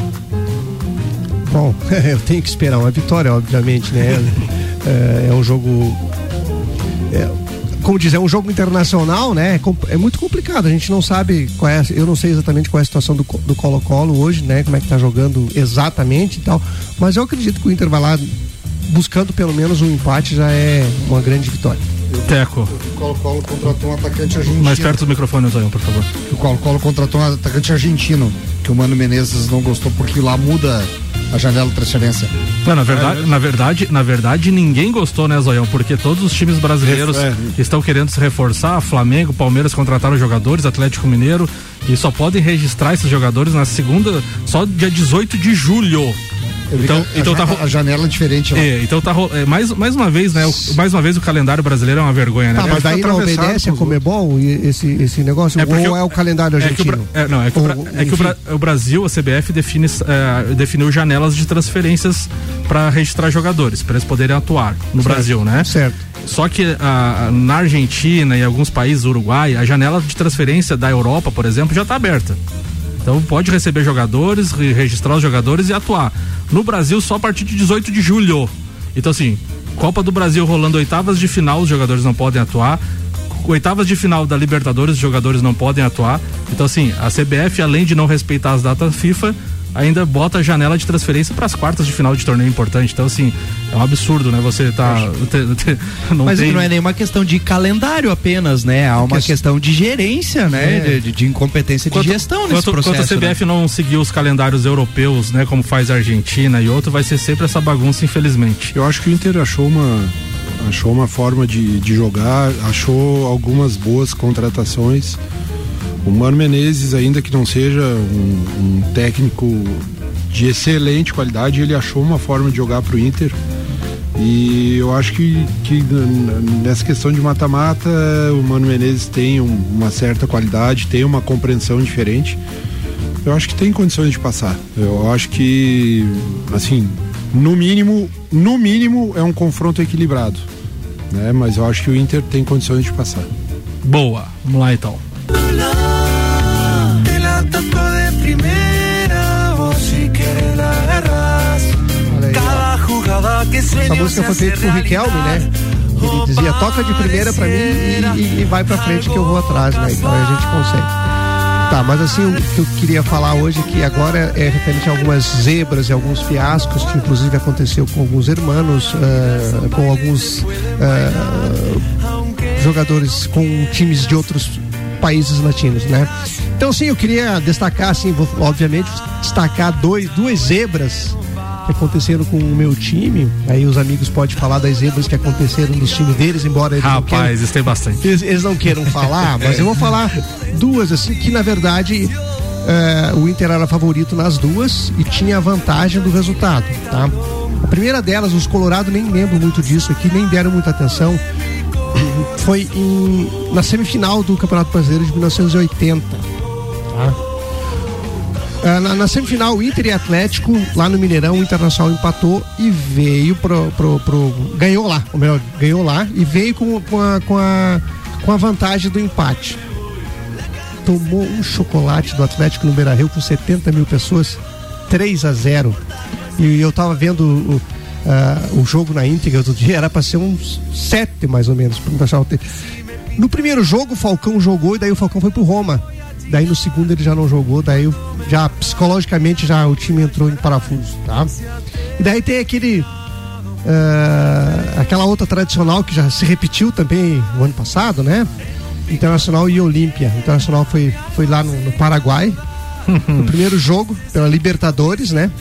Bom, eu tenho que esperar uma vitória, obviamente, né? é, é um jogo... É, como diz, é um jogo internacional, né? É muito complicado, a gente não sabe qual é, eu não sei exatamente qual é a situação do, do Colo-Colo hoje, né? Como é que tá jogando exatamente e tal, mas eu acredito que o Inter vai lá buscando pelo menos um empate, já é uma grande vitória. Teco. O Colo-Colo contratou um atacante argentino. Mais perto do microfone, Zóio, por favor. O Colo-Colo contratou um atacante argentino, que o Mano Menezes não gostou porque lá muda a janela de transferência. Não, na verdade, é, na verdade, na verdade, ninguém gostou, né, Zoião? Porque todos os times brasileiros é. estão querendo se reforçar. Flamengo, Palmeiras contrataram jogadores, Atlético Mineiro, e só podem registrar esses jogadores na segunda, só dia dezoito de julho. Então, a, então a, tá a janela é diferente. É, então tá é, mais, mais uma vez, né? O, mais uma vez o calendário brasileiro é uma vergonha, né? Tá, mas daí não obedece a Comebol esse, esse negócio? É ou é o calendário argentino? É, que o, é, não, é que, ou, o, é que o, Bra, o Brasil, a C B F, define, é, definiu janelas de transferências para registrar jogadores, para eles poderem atuar no certo, Brasil, né? Certo. Só que a, a, na Argentina e alguns países, Uruguai, a janela de transferência da Europa, por exemplo, já está aberta. Então pode receber jogadores, registrar os jogadores e atuar. No Brasil só a partir de dezoito de julho. Então assim, Copa do Brasil rolando oitavas de final, os jogadores não podem atuar. Oitavas de final da Libertadores, os jogadores não podem atuar. Então assim, a C B F, além de não respeitar as datas FIFA, ainda bota a janela de transferência para as quartas de final de torneio importante. Então assim, é um absurdo, né? Você tá te, te, não mas tem... não é nenhuma questão de calendário apenas, né? Há uma que... questão de gerência, né? É. De, de incompetência de quanto, gestão nesse quanto, processo. Quanto a C B F, né, não seguir os calendários europeus, né? Como faz a Argentina e outro, vai ser sempre essa bagunça, infelizmente. Eu acho que o Inter achou uma achou uma forma de, de jogar, achou algumas boas contratações. O Mano Menezes, ainda que não seja um, um técnico de excelente qualidade, ele achou uma forma de jogar pro Inter. E eu acho que, que nessa questão de mata-mata, o Mano Menezes tem um, uma certa qualidade, tem uma compreensão diferente. Eu acho que tem condições de passar. Eu acho que, assim, no mínimo, no mínimo é um confronto equilibrado, né? Mas eu acho que o Inter tem condições de passar. Boa, vamos lá então. Essa música foi feita por Riquelme, né? Ele dizia, toca de primeira pra mim e, e, e vai pra frente que eu vou atrás, né? Então a gente consegue. Tá, mas assim, o que eu queria falar hoje é que agora é referente a algumas zebras e alguns fiascos que inclusive aconteceu com alguns irmãos, uh, com alguns uh, jogadores com times de outros países latinos, né? Então sim, eu queria destacar, assim, vou, obviamente, destacar dois, duas zebras que aconteceram com o meu time. Aí os amigos podem falar das zebras que aconteceram nos times deles, embora eles Rapaz, não queiram, isso tem bastante. Eles, eles não queiram falar, mas eu vou falar duas, assim, que na verdade é, o Inter era favorito nas duas e tinha a vantagem do resultado, tá? A primeira delas, os Colorado, nem lembro muito disso aqui, nem deram muita atenção, foi em, na semifinal do Campeonato Brasileiro de mil novecentos e oitenta, tá? Na, na semifinal, o Inter e Atlético, lá no Mineirão, o Internacional empatou e veio pro, pro, pro ganhou lá, ou melhor, ganhou lá e veio com, com, a, com, a, com a vantagem do empate. Tomou um chocolate do Atlético no Beira-Rio com setenta mil pessoas, três a zero. E eu tava vendo o, uh, o jogo na íntegra outro dia, era pra ser uns sete mais ou menos. No primeiro jogo, o Falcão jogou e daí o Falcão foi pro Roma. Daí no segundo ele já não jogou, daí já psicologicamente já o time entrou em parafuso, tá? E daí tem aquele uh, aquela outra tradicional que já se repetiu também no ano passado, né? Internacional e Olímpia. Internacional foi, foi lá no, no Paraguai, no primeiro jogo pela Libertadores, né?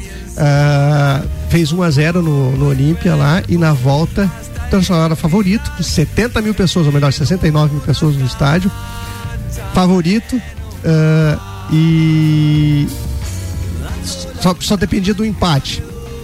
Uh, fez um a zero no, no Olímpia lá e na volta o Internacional era favorito, com setenta mil pessoas, ou melhor, sessenta e nove mil pessoas no estádio. Favorito uh, e só, só dependia do empate.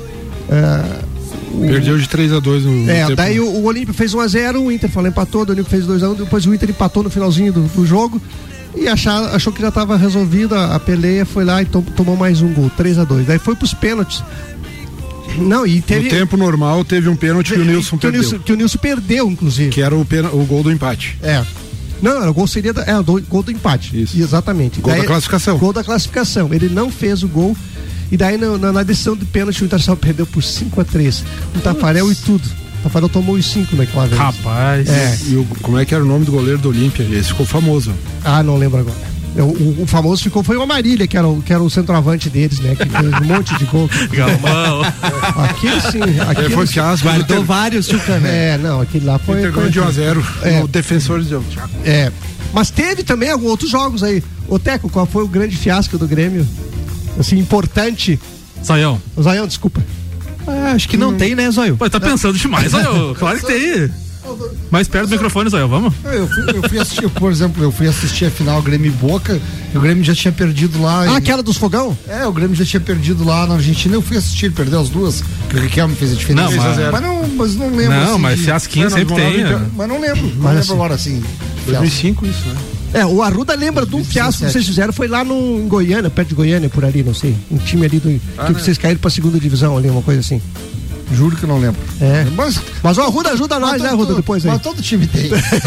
Uh, Perdeu de três a dois no, é, no tempo. Daí o, o Olímpio fez um a zero, o Inter falou, empatou, o Olímpio fez dois a um, depois o Inter empatou no finalzinho do, do jogo e achar, achou que já estava resolvida a peleia, foi lá e to, tomou mais um gol, três a dois. Daí foi pros pênaltis. Não, e teve... No tempo normal teve um pênalti que o Nilson que perdeu. O Nilson, que o Nilson perdeu, inclusive. Que era o, pena, o gol do empate. É. Não, era o gol seria da, é, o gol do empate. Isso. Exatamente. Gol daí, da classificação. Gol da classificação. Ele não fez o gol. E daí na, na, na decisão de pênalti o Internacional perdeu por cinco a três. Um Tafarel e tudo. Tafarel tomou os cinco naquela vez. Rapaz. É. E o, como é que era o nome do goleiro do Olímpia? Esse ficou famoso. Ah, não lembro agora. O, o, o famoso ficou, foi o Amarília, que era o, que era o centroavante deles, né? Que fez um monte de gol. Galvão. Aquele sim. Aquele foi fiasco. Guardou ter... vários, Chucana. É, não, aquele lá foi. Entregou de um a zero é. no defensor de É. Mas teve também alguns outros jogos aí. Ô Teco, qual foi o grande fiasco do Grêmio? Assim, importante. Zaião. O Zaião, desculpa. Ah, acho que não hum. tem, né, Zóio? Pô, tá pensando demais, Zaião. Claro que tem. Mais perto do microfone, Zóio, vamos? Eu fui, eu fui assistir, por exemplo, eu fui assistir a final Grêmio e Boca, e o Grêmio já tinha perdido lá. Ah, em... aquela dos fogão? É, o Grêmio já tinha perdido lá na Argentina, eu fui assistir, ele perdeu as duas, que o Riquelme fez a diferença. Não, mas... mas não, mas não lembro. Não, assim, mas de... fiasquinho sempre tem. Né? Mas não lembro, não mas lembro assim, agora assim. dois mil e cinco isso, né? É, o Arruda lembra de um fiasco que vocês fizeram, foi lá no, em Goiânia, perto de Goiânia, por ali, não sei. Um time ali do, ah, que né? vocês caíram pra segunda divisão ali, uma coisa assim. Juro que eu não lembro. É. Mas, mas o Arruda ajuda nós, né, Arruda, depois aí. Mas todo time tem.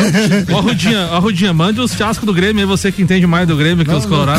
Ó, Arrudinha, Arrudinha, mande os fiascos do Grêmio, aí você que entende mais do Grêmio que não, os Colorados.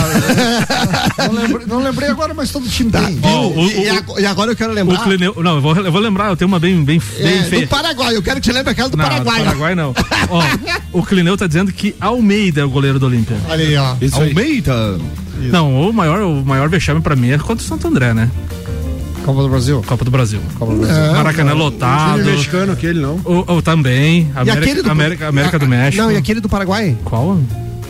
Não, não, lembrei, não lembrei agora, mas todo time tá. tem. Oh, o, e, o, e agora eu quero lembrar. O Clineu, não, eu vou, eu vou lembrar, eu tenho uma bem, bem, é, bem feia. Do Paraguai, eu quero que você lembre aquela do não, Paraguai. Do Paraguai não. Ó, o Clineu tá dizendo que Almeida é o goleiro do Olímpia. Olha aí, ó. Isso Almeida? Aí. Não, o maior, o maior vexame pra mim é contra o Santo André, né? Copa do Brasil? Copa do Brasil. Copa do Brasil. É, Maracanã não, lotado. O mexicano, aquele não. O, o, também. América, do, América, América a, do México. Não, e aquele do Paraguai? Qual?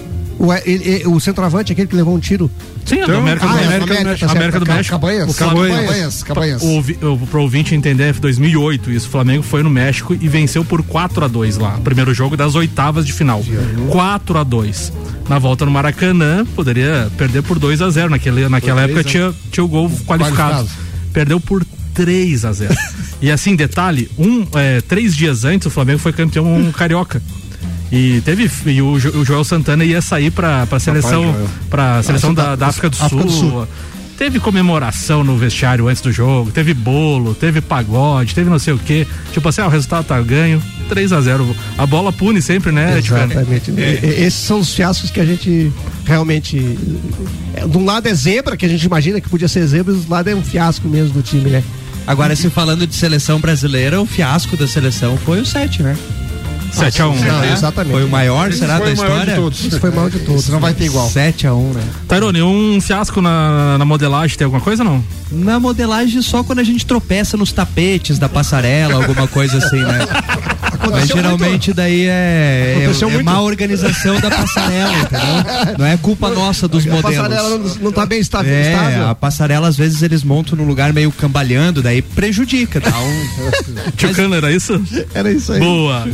O, ele, o centroavante, aquele que levou um tiro. Sim, então, América, ah, do, América, América, do México. América do México. Cabanhas. O Cabanhas. Cabanhas. O, o, pro ouvinte entender, dois mil e oito, isso. O Flamengo foi no México e venceu por quatro a dois lá. Primeiro jogo das oitavas de final. quatro a dois. Na volta no Maracanã, poderia perder por dois a zero. Naquele, naquela época tinha, tinha o gol qualificado. qualificado. Perdeu por três a zero. E assim, detalhe, um, é, três dias antes o Flamengo foi campeão carioca. E teve e o, o Joel Santana ia sair para para seleção para seleção da, da África do Sul. do Sul. Teve comemoração no vestiário antes do jogo, teve bolo, teve pagode, teve não sei o quê. Tipo assim, ah, o resultado tá ganho, três a zero. A bola pune sempre, né? Exatamente. É. Esses são os fiascos que a gente realmente, de um lado é zebra, que a gente imagina que podia ser zebra, e do lado é um fiasco mesmo do time, né? Agora, se falando de seleção brasileira, o fiasco da seleção foi o sete, né? sete a um. Não, exatamente. Foi o maior, Esse será, foi da o maior história? de todos. Isso foi o maior de todos. Não vai ter igual. sete a um, né? Tairone, um fiasco na, na modelagem, tem alguma coisa ou não? Na modelagem, só quando a gente tropeça nos tapetes da passarela, alguma coisa assim, né? Mas geralmente muito. daí é, é, é má organização da passarela, entendeu? Não é culpa nossa dos a modelos. A passarela não, não tá bem estável. É, estável. A passarela às vezes eles montam num lugar meio cambalhando, daí prejudica. Dá um... Tchucana, era isso? Era isso aí. Boa.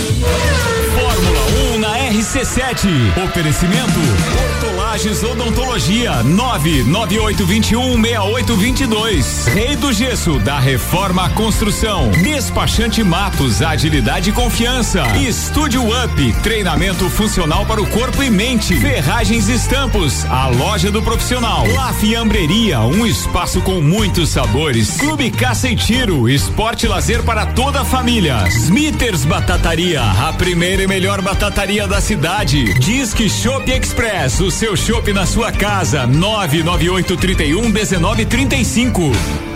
Fórmula um na R C sete. Oferecimento Hortolagens Odontologia nove nove oito dois um seis oito dois dois. Rei do Gesso da Reforma Construção. Despachante Matos, agilidade e confiança. Estúdio Up, treinamento funcional para o corpo e mente. Ferragens e Estampos, a loja do profissional. La Fiambreria, um espaço com muitos sabores. Clube Caça e Tiro, esporte e lazer para toda a família. Smithers Batataria, a primeira e melhor batataria da cidade. Disque Shop Express, o seu chopp na sua casa. nove nove oito três um um nove três cinco.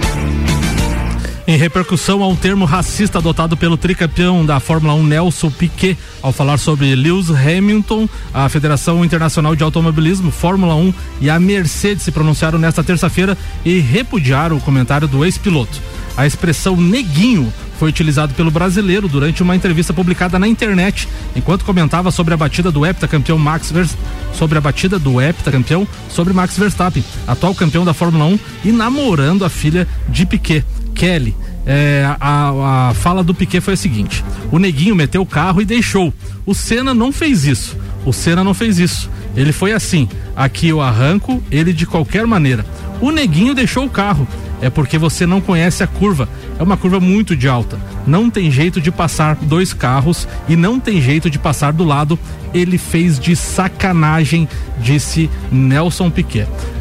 Em repercussão a um termo racista adotado pelo tricampeão da Fórmula um Nelson Piquet, ao falar sobre Lewis Hamilton, a Federação Internacional de Automobilismo, Fórmula um e a Mercedes se pronunciaram nesta terça-feira e repudiaram o comentário do ex-piloto. A expressão neguinho foi utilizado pelo brasileiro durante uma entrevista publicada na internet, enquanto comentava sobre a batida do heptacampeão Max Verstappen, sobre a batida do heptacampeão sobre Max Verstappen, atual campeão da Fórmula um e namorando a filha de Piquet, Kelly. É, a, a fala do Piquet foi a seguinte: o neguinho meteu o carro e deixou. O Senna não fez isso. O Senna não fez isso. Ele foi assim: aqui eu arranco ele de qualquer maneira. O neguinho deixou o carro. É porque você não conhece a curva. É uma curva muito de alta. Não tem jeito de passar dois carros e não tem jeito de passar do lado. Ele fez de sacanagem, disse Nelson Piquet.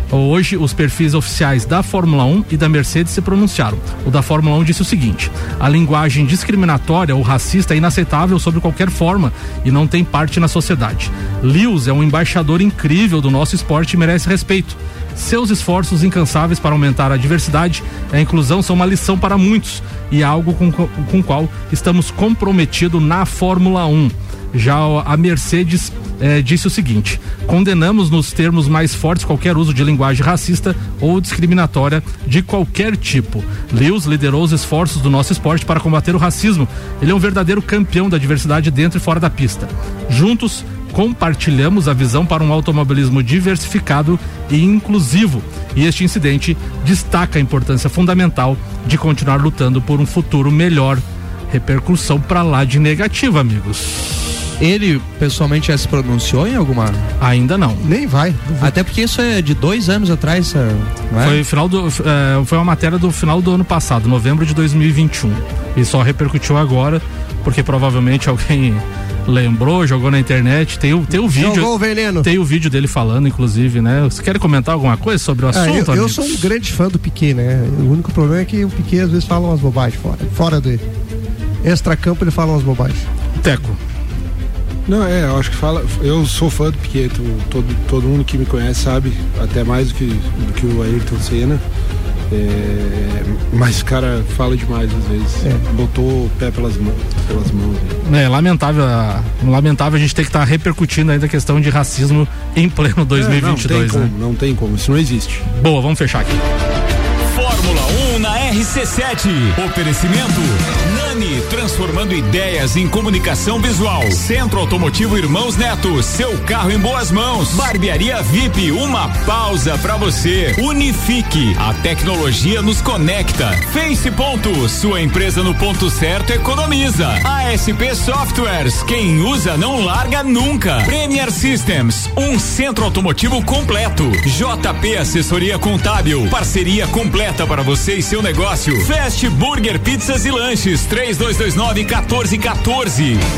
Hoje, os perfis oficiais da Fórmula um e da Mercedes se pronunciaram. O da Fórmula um disse o seguinte: a linguagem discriminatória ou racista é inaceitável sob qualquer forma e não tem parte na sociedade. Lewis é um embaixador incrível do nosso esporte e merece respeito. Seus esforços incansáveis para aumentar a diversidade e a inclusão são uma lição para muitos e é algo com o qual estamos comprometidos na Fórmula um. Já a Mercedes eh, disse o seguinte: condenamos nos termos mais fortes qualquer uso de linguagem racista ou discriminatória de qualquer tipo. Lewis liderou os esforços do nosso esporte para combater o racismo. Ele é um verdadeiro campeão da diversidade dentro e fora da pista. Juntos, compartilhamos a visão para um automobilismo diversificado e inclusivo. E este incidente destaca a importância fundamental de continuar lutando por um futuro melhor. Repercussão pra lá de negativa, amigos. Ele pessoalmente já se pronunciou em alguma? Ainda não. Nem vai. Até porque isso é de dois anos atrás, não é? Foi final do, é, foi uma matéria do final do ano passado, novembro de dois mil e vinte e um. E só repercutiu agora, porque provavelmente alguém lembrou, jogou na internet. Tem o, tem o vídeo. Jogou o veneno. Tem o vídeo dele falando, inclusive, né? Você quer comentar alguma coisa sobre o assunto? Ah, eu, eu sou um grande fã do Piquet, né? O único problema é que o Piquet às vezes fala umas bobagens fora. Fora dele. Extra-campo ele fala umas bobagens. Teco. Não, é, eu acho que fala. Eu sou fã do Piquet, todo, todo mundo que me conhece sabe, até mais do que, do que o Ayrton Senna. É, mas o cara fala demais às vezes. É. Botou o pé pelas mãos. Pelas mãos é lamentável, lamentável a gente ter que estar tá repercutindo ainda a questão de racismo em pleno dois mil e vinte e dois. É, não, tem né? como, não tem como, isso não existe. Boa, vamos fechar aqui. Fórmula um na R C sete. Oferecimento Nani, transformando ideias em comunicação visual. Centro Automotivo Irmãos Neto, seu carro em boas mãos. Barbearia V I P, uma pausa pra você. Unifique, a tecnologia nos conecta. Face Ponto, sua empresa no ponto certo economiza. A S P Softwares, quem usa não larga nunca. Premier Systems, um centro automotivo completo. J P Assessoria Contábil, parceria completa para você e seu negócio. Fast Burger Pizzas e Lanches, três dois dois nove, um quatro um quatro.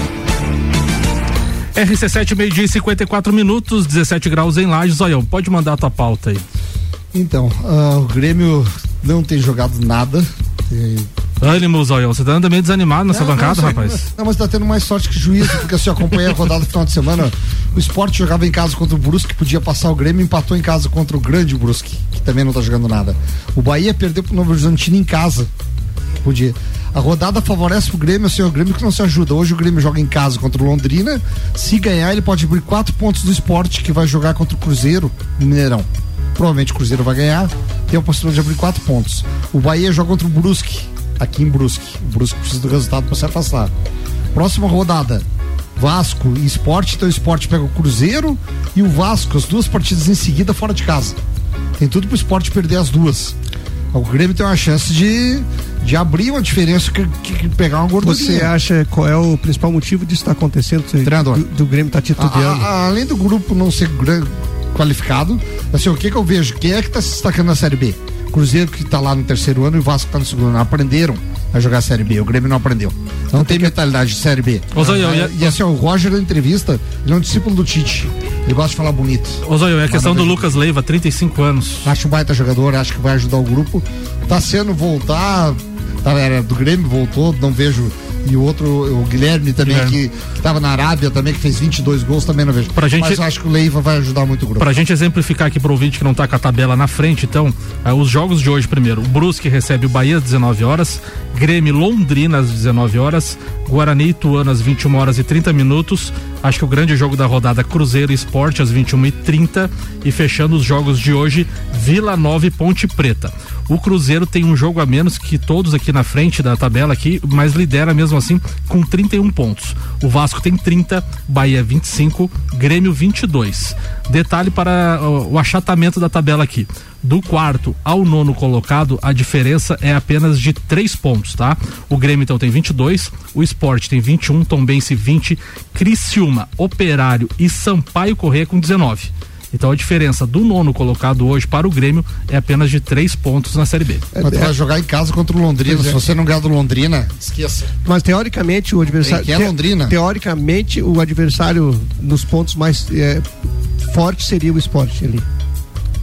R C sete, meio-dia e cinquenta e quatro minutos, dezessete graus em Lages. Zoião, pode mandar a tua pauta aí. Então, uh, o Grêmio não tem jogado nada. Tem... Ânimo, Zoião, você tá andando meio desanimado nessa não, bancada, não, rapaz? Não, mas tá tendo mais sorte que juízo, porque assim, eu acompanhei a rodada do final de semana. O Sport jogava em casa contra o Brusque, podia passar o Grêmio, empatou em casa contra o grande Brusque, que também não tá jogando nada. O Bahia perdeu pro Novo Horizontino em casa, que podia. A rodada favorece o Grêmio, assim, o Grêmio que não se ajuda. Hoje o Grêmio joga em casa contra o Londrina. Se ganhar, ele pode abrir quatro pontos do Sport, que vai jogar contra o Cruzeiro no Mineirão. Provavelmente o Cruzeiro vai ganhar, tem a possibilidade de abrir quatro pontos. O Bahia joga contra o Brusque, aqui em Brusque. O Brusque precisa do resultado para se afastar. Próxima rodada, Vasco e Sport. Então o Sport pega o Cruzeiro e o Vasco, as duas partidas em seguida fora de casa. Tem tudo pro Sport perder as duas. O Grêmio tem uma chance de, de abrir uma diferença, que, que pegar uma gordurinha. Você acha qual é o principal motivo disso estar acontecendo? Treinador. Do, do Grêmio estar titubeando? A, a, além do grupo não ser qualificado, assim, o que que eu vejo? Quem é que está se destacando na Série B? Cruzeiro, que está lá no terceiro ano, e o Vasco que está no segundo ano. Aprenderam a jogar a Série B. O Grêmio não aprendeu. Não, não tem que... mentalidade de Série B. Ô, Zoião, ah, e, e assim, ó, o Roger na entrevista, ele é um discípulo do Tite. Ele gosta de falar bonito. Ô, Zoião, é a questão do Lucas Leiva, trinta e cinco anos. Acho um baita jogador, acho que vai ajudar o grupo. Tá sendo voltar, tá, era do Grêmio, voltou, não vejo. E o outro, o Guilherme também, Guilherme. que, que tava na Arábia também, que fez vinte e dois gols, também não vejo. Pra gente, mas eu acho que o Leiva vai ajudar muito o grupo. Pra gente exemplificar aqui pro ouvinte que não tá com a tabela na frente, então, eh, os jogos de hoje primeiro, o Brusque recebe o Bahia às dezenove horas, Grêmio Londrina às dezenove horas, Guarani Ituano às vinte e uma horas e trinta minutos, acho que o grande jogo da rodada, Cruzeiro e Sport às vinte e uma e trinta, e fechando os jogos de hoje, Vila Nova e Ponte Preta. O Cruzeiro tem um jogo a menos que todos aqui na frente da tabela aqui, mas lidera mesmo assim com trinta e um pontos. O Vasco tem trinta, Bahia vinte e cinco, Grêmio vinte e dois. Detalhe para o achatamento da tabela aqui. Do quarto ao nono colocado, a diferença é apenas de três pontos, tá? O Grêmio então tem vinte e dois, o Sport tem vinte e um, Tombense vinte, Criciúma, Operário e Sampaio Corrêa com dezenove. Então a diferença do nono colocado hoje para o Grêmio é apenas de três pontos na Série B. Mas tu vai jogar em casa contra o Londrina, se você não ganhar do Londrina, esqueça. Mas teoricamente o adversário... Que é Londrina. Te, teoricamente o adversário nos pontos mais é, fortes seria o Sport ali.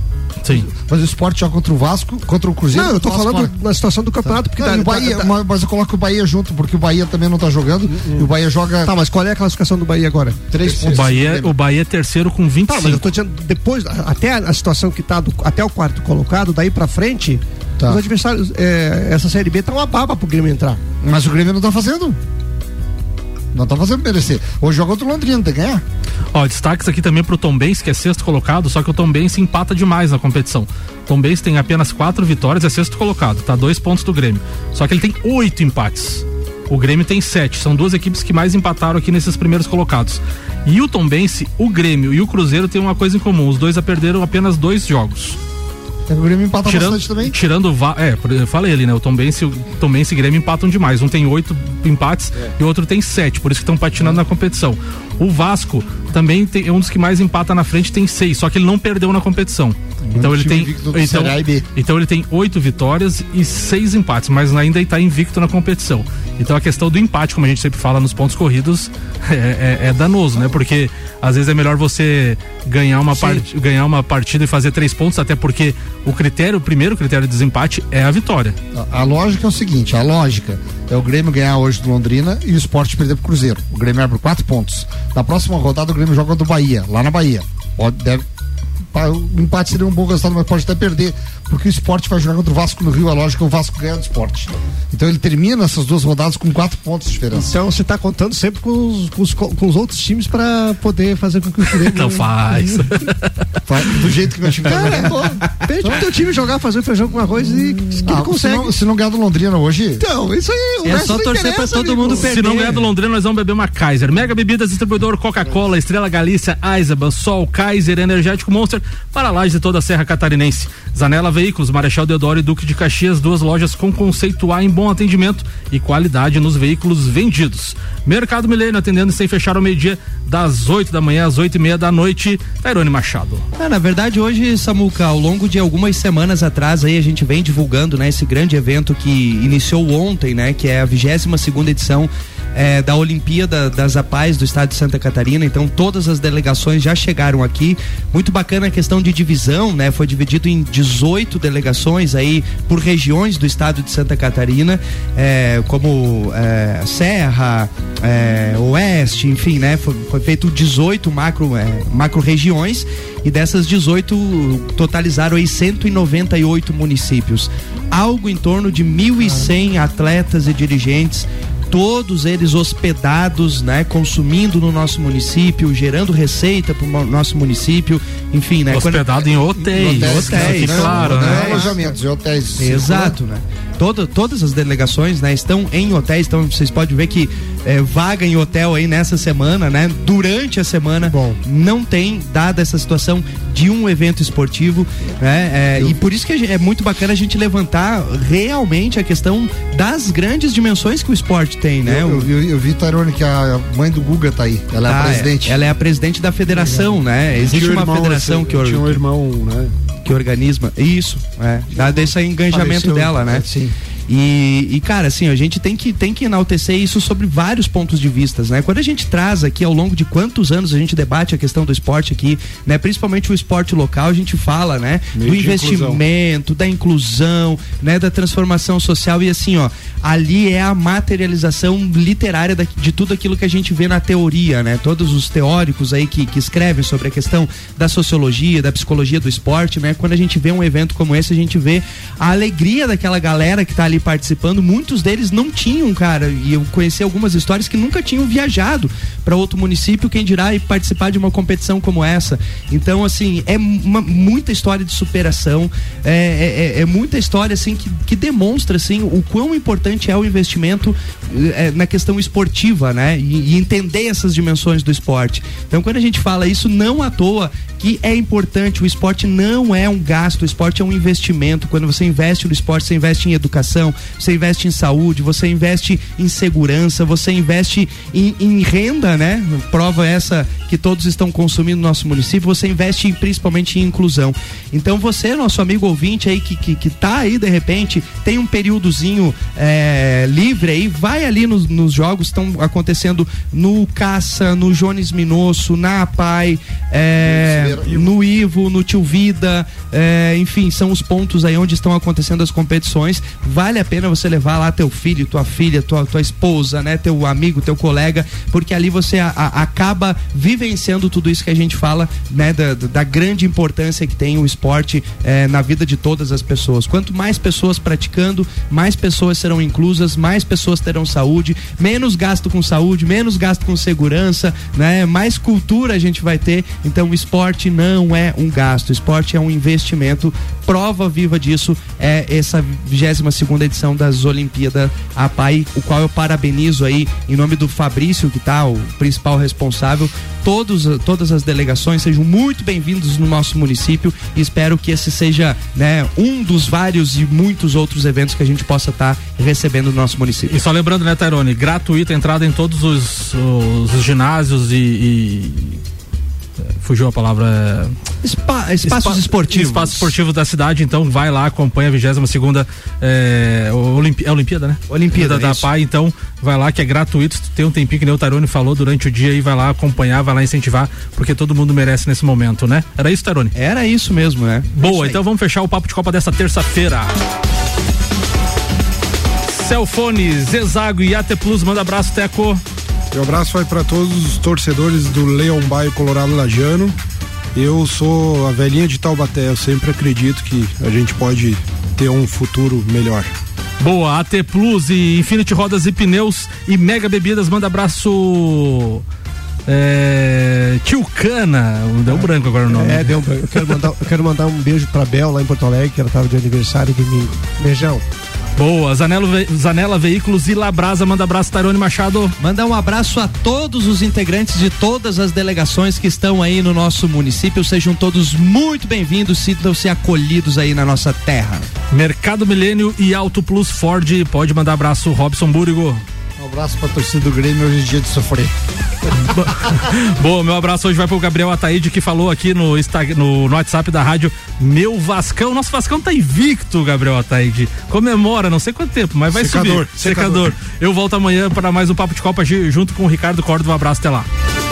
Sim. Mas o Sport joga contra o Vasco, contra o Cruzeiro. Não, eu tô falando fora. na situação do campeonato, porque não, dá, o Bahia, dá, dá, mas eu coloco o Bahia junto, porque o Bahia também não tá jogando, uhum. E o Bahia joga... Tá, mas qual é a classificação do Bahia agora? Três pontos. O Bahia, o Bahia é terceiro com vinte e cinco. Tá, mas eu tô dizendo, depois, até a situação que tá, do, até o quarto colocado, daí pra frente, tá. Os adversários, é, essa Série B tá uma baba pro Grêmio entrar. Mas o Grêmio não tá fazendo. Não tá fazendo merecer. Hoje joga contra o Londrina, tem que ganhar. Ó, destaques aqui também pro Tombense, que é sexto colocado, só que o Tombense empata demais na competição. O Tombense tem apenas quatro vitórias, é sexto colocado, tá dois pontos do Grêmio. Só que ele tem oito empates. O Grêmio tem sete. São duas equipes que mais empataram aqui nesses primeiros colocados. E o Tombense, o Grêmio e o Cruzeiro têm uma coisa em comum. Os dois a perderam apenas dois jogos. O Grêmio empata tirando, bastante também. Tirando, é, eu falei ali, né? O Tombense, o Tombense e o Grêmio empatam demais. Um tem oito empates é. E o outro tem sete, por isso que estão patinando é. na competição. O Vasco também tem, é um dos que mais empata na frente, tem seis, só que ele não perdeu na competição. Um então ele tem então, então ele tem oito vitórias e seis empates, mas ainda está invicto na competição. Então a questão do empate, como a gente sempre fala nos pontos corridos, é, é, é danoso, né? Porque às vezes é melhor você ganhar uma, part, ganhar uma partida e fazer três pontos, até porque o critério, o primeiro critério de desempate é a vitória. A, a lógica é o seguinte, a lógica é o Grêmio ganhar hoje do Londrina e o Sport perder pro Cruzeiro. O Grêmio abre quatro pontos. Na próxima rodada o Grêmio joga do Bahia, lá na Bahia. Pode, deve, o empate seria um bom resultado, mas pode até perder, porque o Sport vai jogar contra o Vasco no Rio, a lógica é o Vasco ganhar do Sport. Então ele termina essas duas rodadas com quatro pontos de diferença. Então você está contando sempre com os, com os, com os outros times para poder fazer com que o Grêmio não faz. Faz do jeito que meu time tá ganhando. Pede pro teu time jogar, fazer o feijão com arroz e que ah, ele consegue. Se não, se não ganhar do Londrina hoje. Então, isso aí. É só torcer pra todo mundo perder. Se não ganhar do Londrina, nós vamos beber uma Kaiser. Mega Bebidas, distribuidor Coca-Cola, Estrela Galícia, Eisenbahn, Sol, Kaiser, Energético Monster, para lajes de toda a Serra Catarinense. Zanela Veículos, Marechal Deodoro e Duque de Caxias, duas lojas com conceito A em bom atendimento e qualidade nos veículos vendidos. Mercado Milênio, atendendo sem fechar ao meio-dia, das oito da manhã às oito e meia da noite. Tairone Machado. É, na verdade, hoje, Samuca, ao longo de algumas semanas atrás, aí a gente vem divulgando, né, esse grande evento que iniciou ontem, né, que é a vigésima segunda edição É, da Olimpíada das APAES do estado de Santa Catarina. Então todas as delegações já chegaram aqui. Muito bacana a questão de divisão, né? Foi dividido em dezoito delegações aí por regiões do estado de Santa Catarina, é, como é, Serra, é, Oeste, enfim, né? Foi, foi feito dezoito macro, é, macro regiões, e dessas dezoito totalizaram aí cento e noventa e oito municípios. Algo em torno de mil e cem atletas e dirigentes, todos eles hospedados, né, consumindo no nosso município, gerando receita para o nosso município, enfim, né? Hospedado quando, em hotéis, hotéis, hotéis, né? Claro, não, né? Não, alojamentos, hotéis. Exato, né? Toda, todas as delegações, né, estão em hotéis, então vocês podem ver que é, vaga em hotel aí nessa semana, né? Durante a semana, bom, não tem, dada essa situação de um evento esportivo, né? É, e por isso que é muito bacana a gente levantar realmente a questão das grandes dimensões que o esporte tem, né? Eu, eu, eu, eu vi, Tarone, que a mãe do Guga tá aí, ela é ah, a presidente. Ela é a presidente da federação, é. né? Existe uma irmão, federação esse, que... Tinha um irmão, né? Que organiza, isso, é, dá esse engajamento Pareceu, dela, né? Sim. E, e, cara, assim, a gente tem que, tem que enaltecer isso sobre vários pontos de vistas, né? Quando a gente traz aqui, ao longo de quantos anos a gente debate a questão do esporte aqui, né? Principalmente o esporte local, a gente fala, né? Meio do investimento, inclusão. da inclusão, né? Da transformação social, e assim, ó, ali é a materialização literária da, de tudo aquilo que a gente vê na teoria, né? Todos os teóricos aí que, que escrevem sobre a questão da sociologia, da psicologia do esporte, né? Quando a gente vê um evento como esse, a gente vê a alegria daquela galera que tá ali participando. Muitos deles não tinham, cara, e eu conheci algumas histórias que nunca tinham viajado para outro município, quem dirá e participar de uma competição como essa. Então, assim, é uma, muita história de superação, é, é, é muita história, assim, que, que demonstra, assim, o quão importante é o investimento é, na questão esportiva, né, e, e entender essas dimensões do esporte. Então, quando a gente fala isso, não à toa que é importante, o esporte não é um gasto, o esporte é um investimento. Quando você investe no esporte, você investe em educação, você investe em saúde, você investe em segurança, você investe em, em renda, né? Prova essa que todos estão consumindo no nosso município, você investe em, principalmente em inclusão. Então você, nosso amigo ouvinte aí, que, que, que tá aí de repente, tem um períodozinho é, livre aí, vai ali nos, nos jogos, estão acontecendo no Caça, no Jones Minosso, na APAE, é, No Ivo, no Tio Vida, é, enfim, são os pontos aí onde estão acontecendo as competições. Vale a pena você levar lá teu filho, tua filha, tua, tua esposa, né? Teu amigo, teu colega, porque ali você a, a, acaba vivenciando tudo isso que a gente fala, né? Da, da grande importância que tem o esporte é, na vida de todas as pessoas. Quanto mais pessoas praticando, mais pessoas serão inclusas, mais pessoas terão saúde, menos gasto com saúde, menos gasto com segurança, né? Mais cultura a gente vai ter. Então o esporte não é um gasto, o esporte é um investimento. Prova viva disso é essa vigésima segunda edição das Olimpíadas A P A I, o qual eu parabenizo aí em nome do Fabrício, que tá o principal responsável. Todos, todas as delegações sejam muito bem-vindos no nosso município e espero que esse seja, né, um dos vários e muitos outros eventos que a gente possa estar tá recebendo no nosso município. E só lembrando, né, Tairone, gratuita entrada em todos os, os, os ginásios e, e fugiu a palavra. Espa, espaços Espa, esportivos. Espaços esportivos da cidade, então vai lá, acompanha a vigésima segunda é, Olimpi, é Olimpíada, né? Olimpíada da, da P A I, então vai lá que é gratuito, se tu tem um tempinho que nem o Tairone falou durante o dia e vai lá acompanhar, vai lá incentivar, porque todo mundo merece nesse momento, né? Era isso, Tairone? Era isso mesmo, né? Boa, então vamos fechar o Papo de Copa dessa terça-feira. Celfone, Zezago e A T Plus, manda abraço, Teco. Meu abraço vai para todos os torcedores do Leão Baio Colorado Lajano. Eu sou a velhinha de Taubaté, eu sempre acredito que a gente pode ter um futuro melhor. Boa, A T Plus e Infinity Rodas e Pneus e Mega Bebidas, manda abraço. É, Tio Cana, deu é, branco agora o nome. É, deu branco. Eu quero mandar, eu quero mandar um beijo pra Bel lá em Porto Alegre, que ela tava de aniversário domingo. Beijão. Boa, Zanela, Zanela Veículos e Labrasa, manda abraço, Tairone Machado. Manda um abraço a todos os integrantes de todas as delegações que estão aí no nosso município, sejam todos muito bem-vindos, sintam-se acolhidos aí na nossa terra. Mercado Milênio e Auto Plus Ford, pode mandar abraço, Robson Búrigo. Um abraço pra torcida do Grêmio, hoje é dia de sofrer. Boa, meu abraço hoje vai pro Gabriel Ataíde, que falou aqui no, Instagram, no, no WhatsApp da rádio, meu Vascão, nosso Vascão tá invicto, Gabriel Ataíde, comemora, não sei quanto tempo, mas vai secador, subir, secador. secador. Eu volto amanhã para mais um Papo de Copa junto com o Ricardo Córdova, um abraço, até lá.